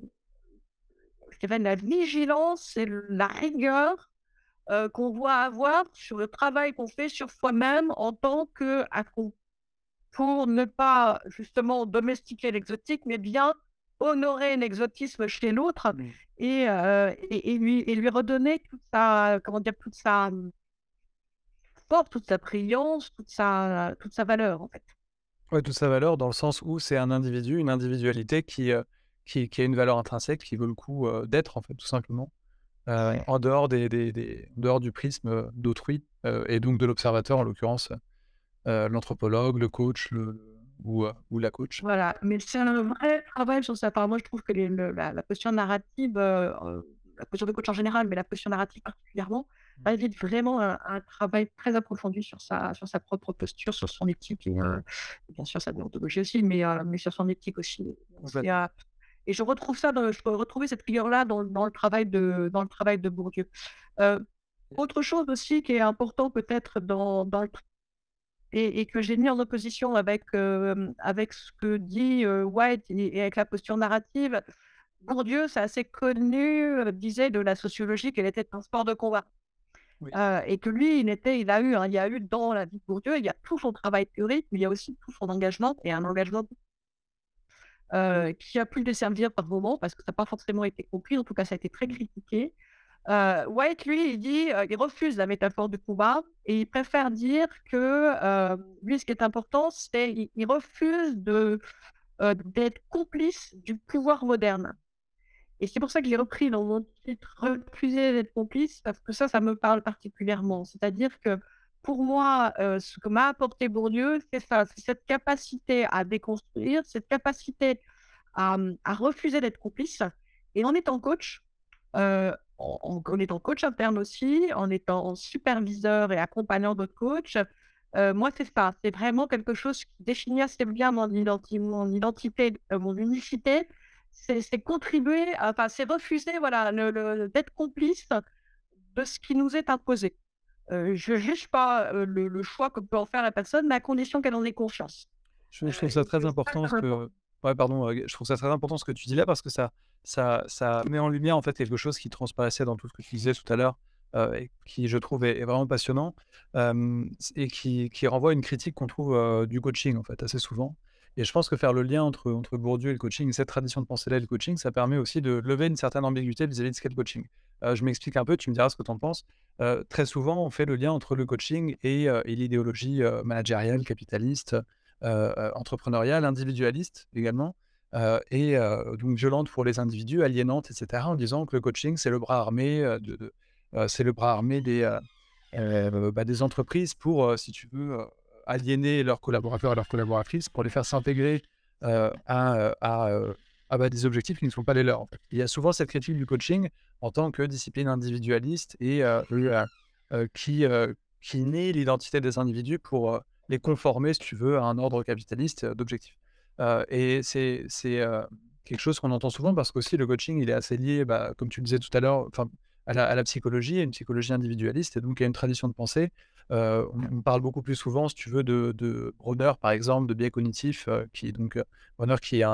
je dirais la vigilance et la rigueur, qu'on doit avoir sur le travail qu'on fait sur soi-même en tant qu'accompagnateur pour ne pas justement domestiquer l'exotique, mais bien honorer l'exotisme chez l'autre Mmh. et lui redonner toute sa, comment dire, toute sa force, toute sa brillance, toute sa valeur, en fait. Ouais, toute sa valeur dans le sens où c'est un individu, une individualité qui a une valeur intrinsèque, qui vaut le coup, d'être, en fait, tout simplement, en dehors en dehors du prisme, d'autrui, et donc de l'observateur, en l'occurrence, l'anthropologue, le coach, ou la coach. Voilà, mais c'est un vrai travail sur ça. Enfin, moi, je trouve que la posture narrative, la posture de coach en général, mais la posture narrative particulièrement, Mmh. invite vraiment un travail très approfondi sur sa propre posture, sur son éthique et bien sûr sa déontologie aussi, mais sur son éthique aussi. C'est, Complètement. et je retrouve ça je peux retrouver cette figure-là dans le travail de Bourdieu. Heu, Autre chose aussi qui est important peut-être dans le et que j'ai mis en opposition avec ce que dit, White et avec la posture narrative. Bourdieu, c'est assez connu, disait de la sociologie qu'elle était un sport de combat, Oui. et que lui, il y a eu dans la vie de Bourdieu, il y a tout son travail théorique, mais il y a aussi tout son engagement et un engagement, qui a pu le desservir par moments parce que ça n'a pas forcément été compris. En tout cas, ça a été très critiqué. White, lui, il refuse la métaphore du combat et il préfère dire que, lui, ce qui est important, c'est il refuse d'être complice du pouvoir moderne et c'est pour ça que j'ai repris dans mon titre «Refuser d'être complice» parce que ça me parle particulièrement. C'est-à-dire que pour moi, ce que m'a apporté Bourdieu, c'est ça, c'est cette capacité à déconstruire, cette capacité à refuser d'être complice et en étant coach, en étant coach interne aussi, en étant superviseur et accompagnant d'autres coachs, moi, c'est ça. C'est vraiment quelque chose qui définit assez bien mon identité, mon unicité. C'est contribuer, enfin, c'est refuser, voilà, d'être complice de ce qui nous est imposé. Je ne juge pas le choix que peut en faire la personne, mais à condition qu'elle en ait conscience. Je trouve ça Et très c'est ça important très ce que important. ouais, pardon, je trouve ça très important ce que tu dis là parce que ça met en lumière, en fait, quelque chose qui transparaissait dans tout ce que tu disais tout à l'heure, et qui, je trouve, est vraiment passionnant, et qui renvoie à une critique qu'on trouve, du coaching, en fait, assez souvent et je pense que faire le lien entre Bourdieu et le coaching, cette tradition de pensée-là et le coaching, ça permet aussi de lever une certaine ambiguïté vis-à-vis de ce qu'est le coaching. Je m'explique un peu, tu me diras ce que tu en penses. Très souvent, on fait le lien entre le coaching et l'idéologie, managériale, capitaliste, entrepreneuriale, individualiste également, donc violente pour les individus, aliénante et cetera, en disant que le coaching, c'est le bras armé, c'est le bras armé des entreprises pour, si tu veux, aliéner leurs collaborateurs et leurs collaboratrices pour les faire s'intégrer, à des objectifs qui ne sont pas les leurs, en fait. Il y a souvent cette critique du coaching en tant que discipline individualiste qui nie l'identité des individus pour, les conformer, si tu veux, à un ordre capitaliste, d'objectifs. Et c'est quelque chose qu'on entend souvent parce qu'aussi le coaching, il est assez lié, bah, comme tu le disais tout à l'heure, enfin, à la psychologie, à une psychologie individualiste et donc à une tradition de pensée. On parle beaucoup plus souvent, si tu veux, de Bronner, par exemple, de biais cognitifs, qui est donc, Bronner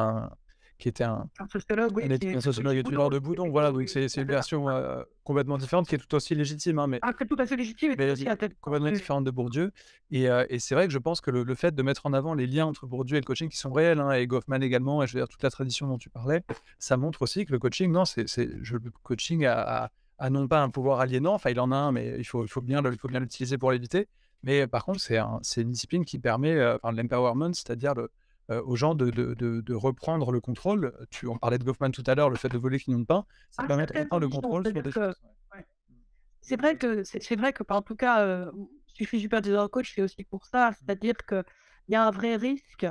qui était Un sociologue, oui, qui est un sociologue chez étudiant Boulot, de Boudon, voilà, donc c'est une version, complètement différente qui est tout aussi légitime, hein, mais après tout à fait légitime et tout mais aussi intéressant. complètement Oui, oui. différente de Bourdieu et c'est vrai que je pense que le fait de mettre en avant les liens entre Bourdieu et le coaching qui sont réels, hein, et Goffman également et je veux dire toute la tradition dont tu parlais, ça montre aussi que le coaching, non, le coaching a non pas un pouvoir aliénant, enfin il en a un, mais il faut bien l'utiliser pour l'éviter. Mais par contre, c'est une discipline qui permet, enfin l'empowerment, c'est-à-dire aux gens de reprendre le contrôle. On parlait de Goffman tout à l'heure, le fait de voler clignot de pain, ça À permet de certaines reprendre le conditions, contrôle sur c'est-à-dire des que choses. ouais. C'est vrai que, bah, en tout cas, si je suis superviseur coach, c'est aussi pour ça. C'est-à-dire qu'il y a un vrai risque,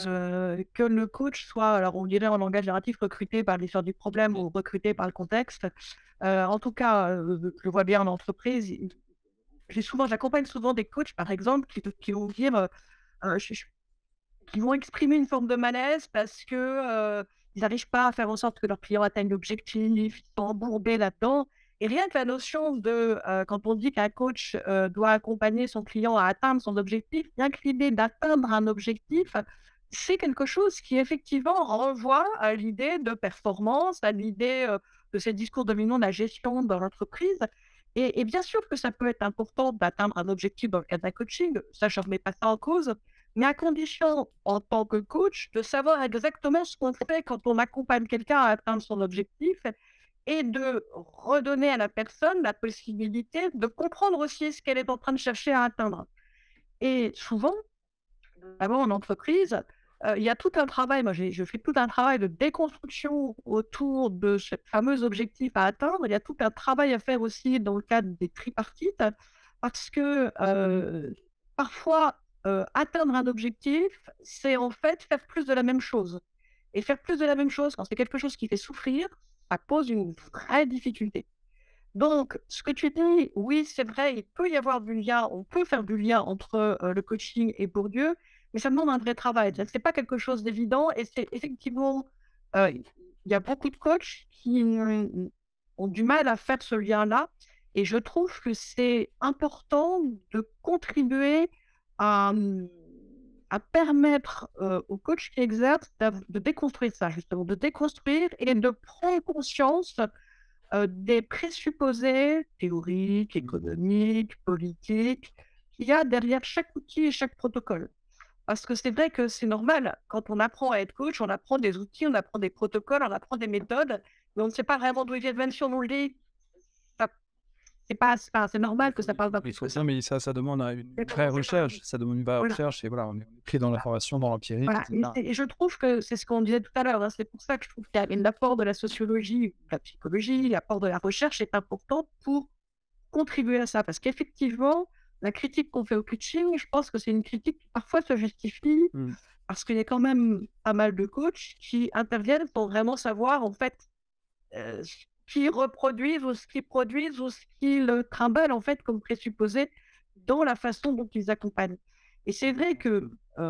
que le coach soit, alors on dirait en langage narratif, recruté par l'histoire du problème ou recruté par le contexte. En tout cas, je le vois bien en entreprise, j'accompagne souvent des coachs, par exemple, qui vont dire, je qui vont exprimer une forme de malaise parce que, ils n'arrivent pas à faire en sorte que leurs clients atteignent l'objectif, ils sont embourbés là-dedans et rien que la notion de, quand on dit qu'un coach, doit accompagner son client à atteindre son objectif, rien que l'idée d'atteindre un objectif, c'est quelque chose qui effectivement renvoie à l'idée de performance, à l'idée, de ces discours dominants de la gestion dans l'entreprise et bien sûr que ça peut être important d'atteindre un objectif dans le cadre d'un coaching, ça je ne remets pas ça en cause, mais à condition, en tant que coach, de savoir exactement ce qu'on fait quand on accompagne quelqu'un à atteindre son objectif et de redonner à la personne la possibilité de comprendre aussi ce qu'elle est en train de chercher à atteindre. Et souvent, notamment en entreprise, il y a tout un travail, moi je fais tout un travail de déconstruction autour de ce fameux objectif à atteindre. Il y a tout un travail à faire aussi dans le cadre des tripartites parce que, parfois, atteindre un objectif, c'est en fait faire plus de la même chose et faire plus de la même chose quand c'est quelque chose qui fait souffrir, ça pose une vraie difficulté. Donc, ce que tu dis, oui, c'est vrai, il peut y avoir du lien, on peut faire du lien entre, le coaching et Bourdieu, mais ça demande un vrai travail. C'est pas quelque chose d'évident et c'est effectivement, il y a beaucoup de coachs qui, ont du mal à faire ce lien-là et je trouve que c'est important de contribuer à, à permettre, aux coachs qui exercent de déconstruire ça justement, de déconstruire et de prendre conscience des présupposés théoriques, économiques, politiques, qu'il y a derrière chaque outil et chaque protocole. Parce que c'est vrai que c'est normal, quand on apprend à être coach, on apprend des outils, on apprend des protocoles, on apprend des méthodes, mais on ne sait pas vraiment d'où ils viennent, même si on nous le dit, ça c'est normal que ça parle pas Il plus faut que ça. ça, mais ça demande une Mais vraie commencer par recherche, ça demande une vraie voilà, recherche et voilà, on est pris dans voilà. l'information, dans l'empirisme et Voilà cetera. et je trouve que c'est ce qu'on disait tout à l'heure, hein, c'est pour ça que je trouve qu'il y a l'apport de la sociologie, de la psychologie, l'apport de la recherche est important pour contribuer à ça. Parce qu'effectivement, la critique qu'on fait au coaching, je pense que c'est une critique qui parfois se justifie, Mmh. parce qu'il y a quand même pas mal de coachs qui interviennent pour vraiment savoir, en fait, ce qu'ils reproduisent ou ce qu'ils produisent ou ce qu'ils, trimballent, en fait, comme présupposé dans la façon dont ils accompagnent. Et c'est vrai que,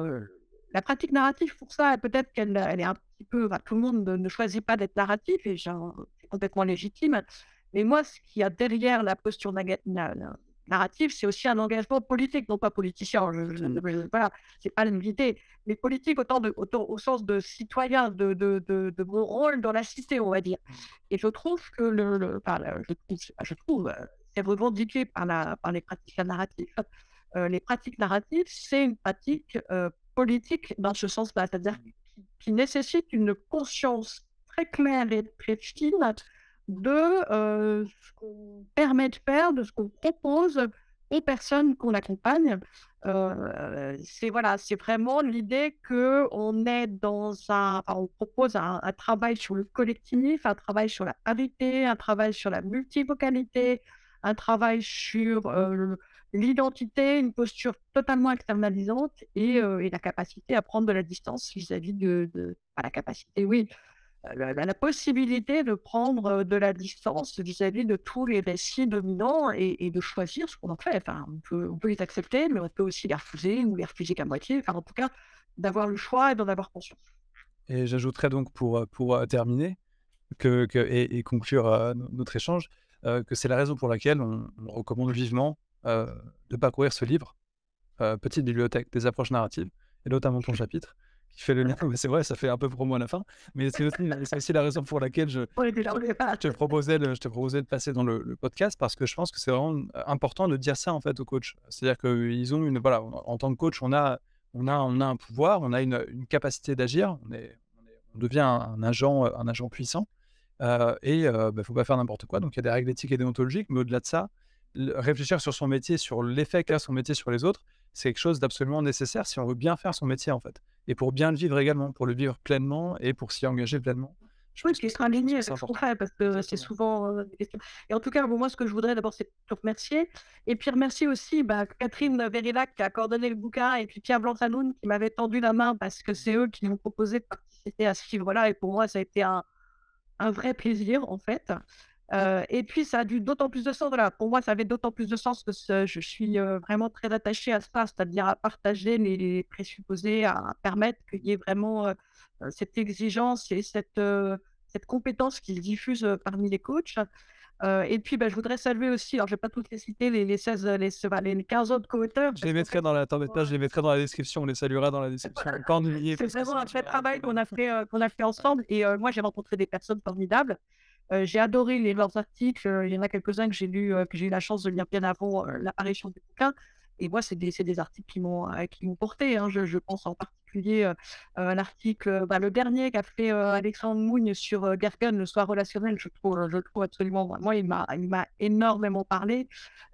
la pratique narrative pour ça, peut-être elle est un petit peu, bah, tout le monde ne choisit pas d'être narratif et c'est complètement légitime. Mais moi, ce qu'il y a derrière la posture narrative, c'est aussi un engagement politique, non pas politicien. Voilà, c'est pas l'idée, mais politique autant au sens de citoyen, de mon rôle dans la cité, on va dire. Et je trouve que je trouve, c'est revendiqué par les praticiens narratifs. Les pratiques narratives, c'est une pratique politique dans ce sens-là, c'est-à-dire qui nécessite une conscience très claire et très fine de ce qu'on permet de faire, de ce qu'on propose aux personnes qu'on accompagne. C'est vraiment l'idée qu'on est on propose un travail sur le collectif, un travail sur la parité, un travail sur la multivocalité, un travail sur l'identité, une posture totalement externalisante et la capacité à prendre de la distance vis-à-vis pas la capacité, oui, la possibilité de prendre de la distance vis-à-vis de tous les récits dominants et de choisir ce qu'on en fait. Enfin, on peut les accepter, mais on peut aussi les refuser ou les refuser qu'à moitié. Enfin, en tout cas, d'avoir le choix et d'en avoir conscience. Et j'ajouterais donc pour terminer et conclure notre échange, que c'est la raison pour laquelle on recommande vivement de parcourir ce livre, Petite bibliothèque des approches narratives, et notamment ton chapitre, qui fait le lien. Mais c'est vrai, ça fait un peu promo à la fin, mais c'est aussi la raison pour laquelle On est déjà, on est pas. je te proposais de passer dans le podcast, parce que je pense que c'est vraiment important de dire ça en fait aux coachs. C'est-à-dire qu'ils ont voilà, en tant que coach, on a un pouvoir, on a une capacité d'agir, on devient un agent puissant. Faut pas faire n'importe quoi. Donc il y a des règles éthiques et déontologiques, mais au-delà de ça, réfléchir sur son métier, sur l'effet qu'a son métier sur les autres, c'est quelque chose d'absolument nécessaire si on veut bien faire son métier en fait, et pour bien le vivre également, pour le vivre pleinement et pour s'y engager pleinement. Je Oui, pense qui que sera je pense aligné que avec c'est ce qu'on important. fait, parce que c'est Exactement. souvent des questions. Et en tout cas, bon, moi, ce que je voudrais d'abord, c'est te remercier. Et puis remercier aussi Catherine Verillac qui a coordonné le bouquin, et puis Pierre Blanc-Sanoun qui m'avait tendu la main parce que c'est eux qui m'ont proposé de participer à ce livre-là. Et pour moi, ça a été un vrai plaisir, en fait. Et puis, ça a dû d'autant plus de sens. Voilà, pour moi, ça avait d'autant plus de sens que je suis vraiment très attachée à ça, c'est-à-dire à partager les présupposés, à permettre qu'il y ait vraiment cette exigence et cette compétence qui se diffuse parmi les coachs. Et puis, je voudrais saluer aussi, alors je ne vais pas toutes les citer, les 16, les 15 autres co-auteurs, Je les parce qu'en mettrai fait, dans la T'embête pas, je les mettrai dans la description, on les saluera dans la description. Pas en oublier, c'est parce que vraiment un sinon chouette travail qu'on a fait ensemble. Et moi, j'ai rencontré des personnes formidables. J'ai adoré leurs articles. Il y en a quelques-uns que j'ai lus, que j'ai eu la chance de lire bien avant l'apparition du bouquin. Et moi, c'est des articles qui m'ont porté, hein. Je pense en particulier à l'article, le dernier qu'a fait Alexandre Mougne sur Gergen, le soir relationnel. Je le trouve absolument, moi, il m'a énormément parlé.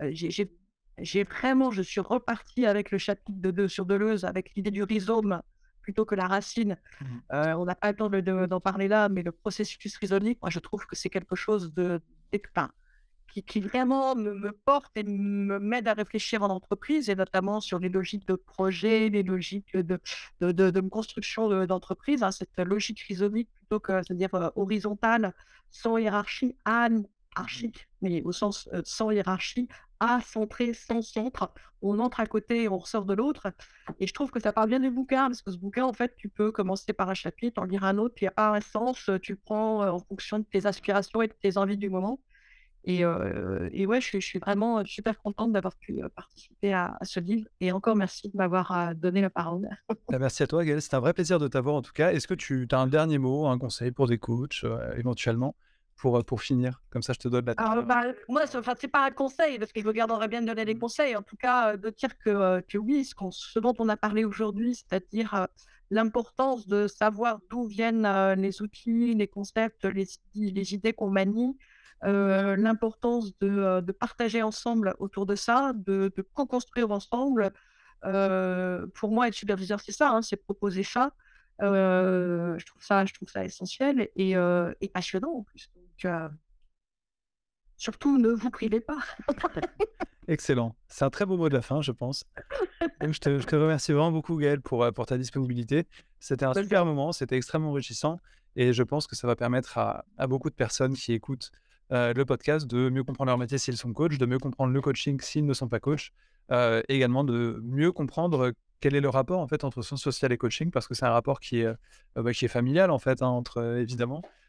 Je suis repartie avec le chapitre sur Deleuze, avec l'idée du rhizome plutôt que la racine. Mmh. On n'a pas le temps d'en parler là, mais le processus rhizonique, moi, je trouve que c'est quelque chose enfin, qui vraiment me porte et m'aide à réfléchir en entreprise, et notamment sur les logiques de projet, les logiques de construction d'entreprise, hein, cette logique rhizomique plutôt que, c'est-à-dire horizontale, sans hiérarchie, anarchique, mais au sens sans hiérarchie, acentré, sans centre. On entre à côté et on ressort de l'autre. Et je trouve que ça part bien du bouquin, parce que ce bouquin, en fait, tu peux commencer par un chapitre, en lire un autre, puis il n'y a pas un sens, tu prends en fonction de tes aspirations et de tes envies du moment. Et ouais, je suis vraiment super contente d'avoir pu participer à ce livre, et encore merci de m'avoir donné la parole. Bah, merci à toi, Gaël, c'était un vrai plaisir de t'avoir en tout cas. Est-ce que tu as un dernier mot, un conseil pour des coachs, éventuellement, pour finir? Comme ça, je te donne la Alors, moi, c'est pas un conseil, parce que je me garderais bien de donner des conseils. En tout cas, de dire que oui, ce dont on a parlé aujourd'hui, c'est-à-dire l'importance de savoir d'où viennent les outils, les concepts, les idées qu'on manie, l'importance de partager ensemble autour de ça, de co-construire ensemble. Pour moi, être superviseur, c'est ça, hein, c'est proposer ça. Je trouve ça essentiel et passionnant en plus. Donc, surtout, ne vous privez pas. Excellent. C'est un très beau mot de la fin, je pense. Donc je te remercie vraiment beaucoup, Gaël, pour ta disponibilité. C'était un Bonne super journée. moment, c'était extrêmement enrichissant, et je pense que ça va permettre à beaucoup de personnes qui écoutent le podcast de mieux comprendre leur métier s'ils sont coachs, de mieux comprendre le coaching s'ils ne sont pas coachs, également de mieux comprendre quel est le rapport en fait entre sciences sociales et coaching, parce que c'est un rapport qui est familial en fait, hein, entre évidemment.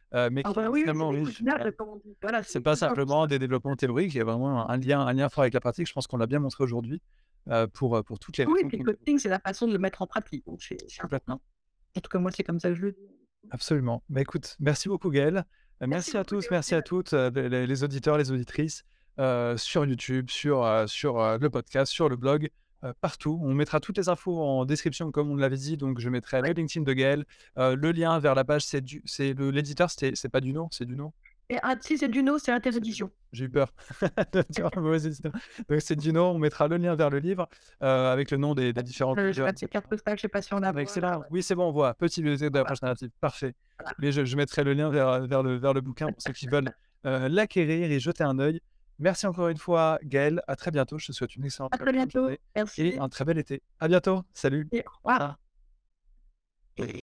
mais Ah qui bah oui, oui, finalement c'est des riche. quotidiens, comme on dit. Voilà, C'est c'est pas toujours simplement des développements théoriques, il y a vraiment un lien fort avec la pratique. Je pense qu'on l'a bien montré aujourd'hui, pour toutes les oui, raisons puis qu'on le a évoquées. coaching, c'est la façon de le mettre en pratique, donc c'est Complètement. important. En tout cas, moi, c'est comme ça que je le vis. Absolument. Bah, écoute, merci beaucoup Gaël. Merci Merci à beaucoup, tous, merci à Théophile. toutes, les auditeurs, les auditrices, sur YouTube, sur le podcast, sur le blog, partout. On mettra toutes les infos en description comme on l'avait dit, donc je mettrai le Ouais. LinkedIn de Gaël, le lien vers la page, c'est l'éditeur, c'est pas Duno, c'est Duno? Et ah, si c'est du no, c'est C'est Duno. Intervision. J'ai eu peur de dire un mauvais éditeur. Donc c'est Duno, on mettra le lien vers le livre, avec le nom des différents J'ai pas de carte postale, je sais pas si on a. excellent. Oui, c'est bon, on voit. Petit bibliothèque de On l'approche narrative. Parfait. voilà. Mais je mettrai le lien vers le bouquin pour ceux qui veulent l'acquérir et jeter un œil. Merci encore une fois, Gaël. À très bientôt. Je te souhaite une excellente À très fin de bientôt. journée et Merci un très bel été. À bientôt. Salut. et au revoir.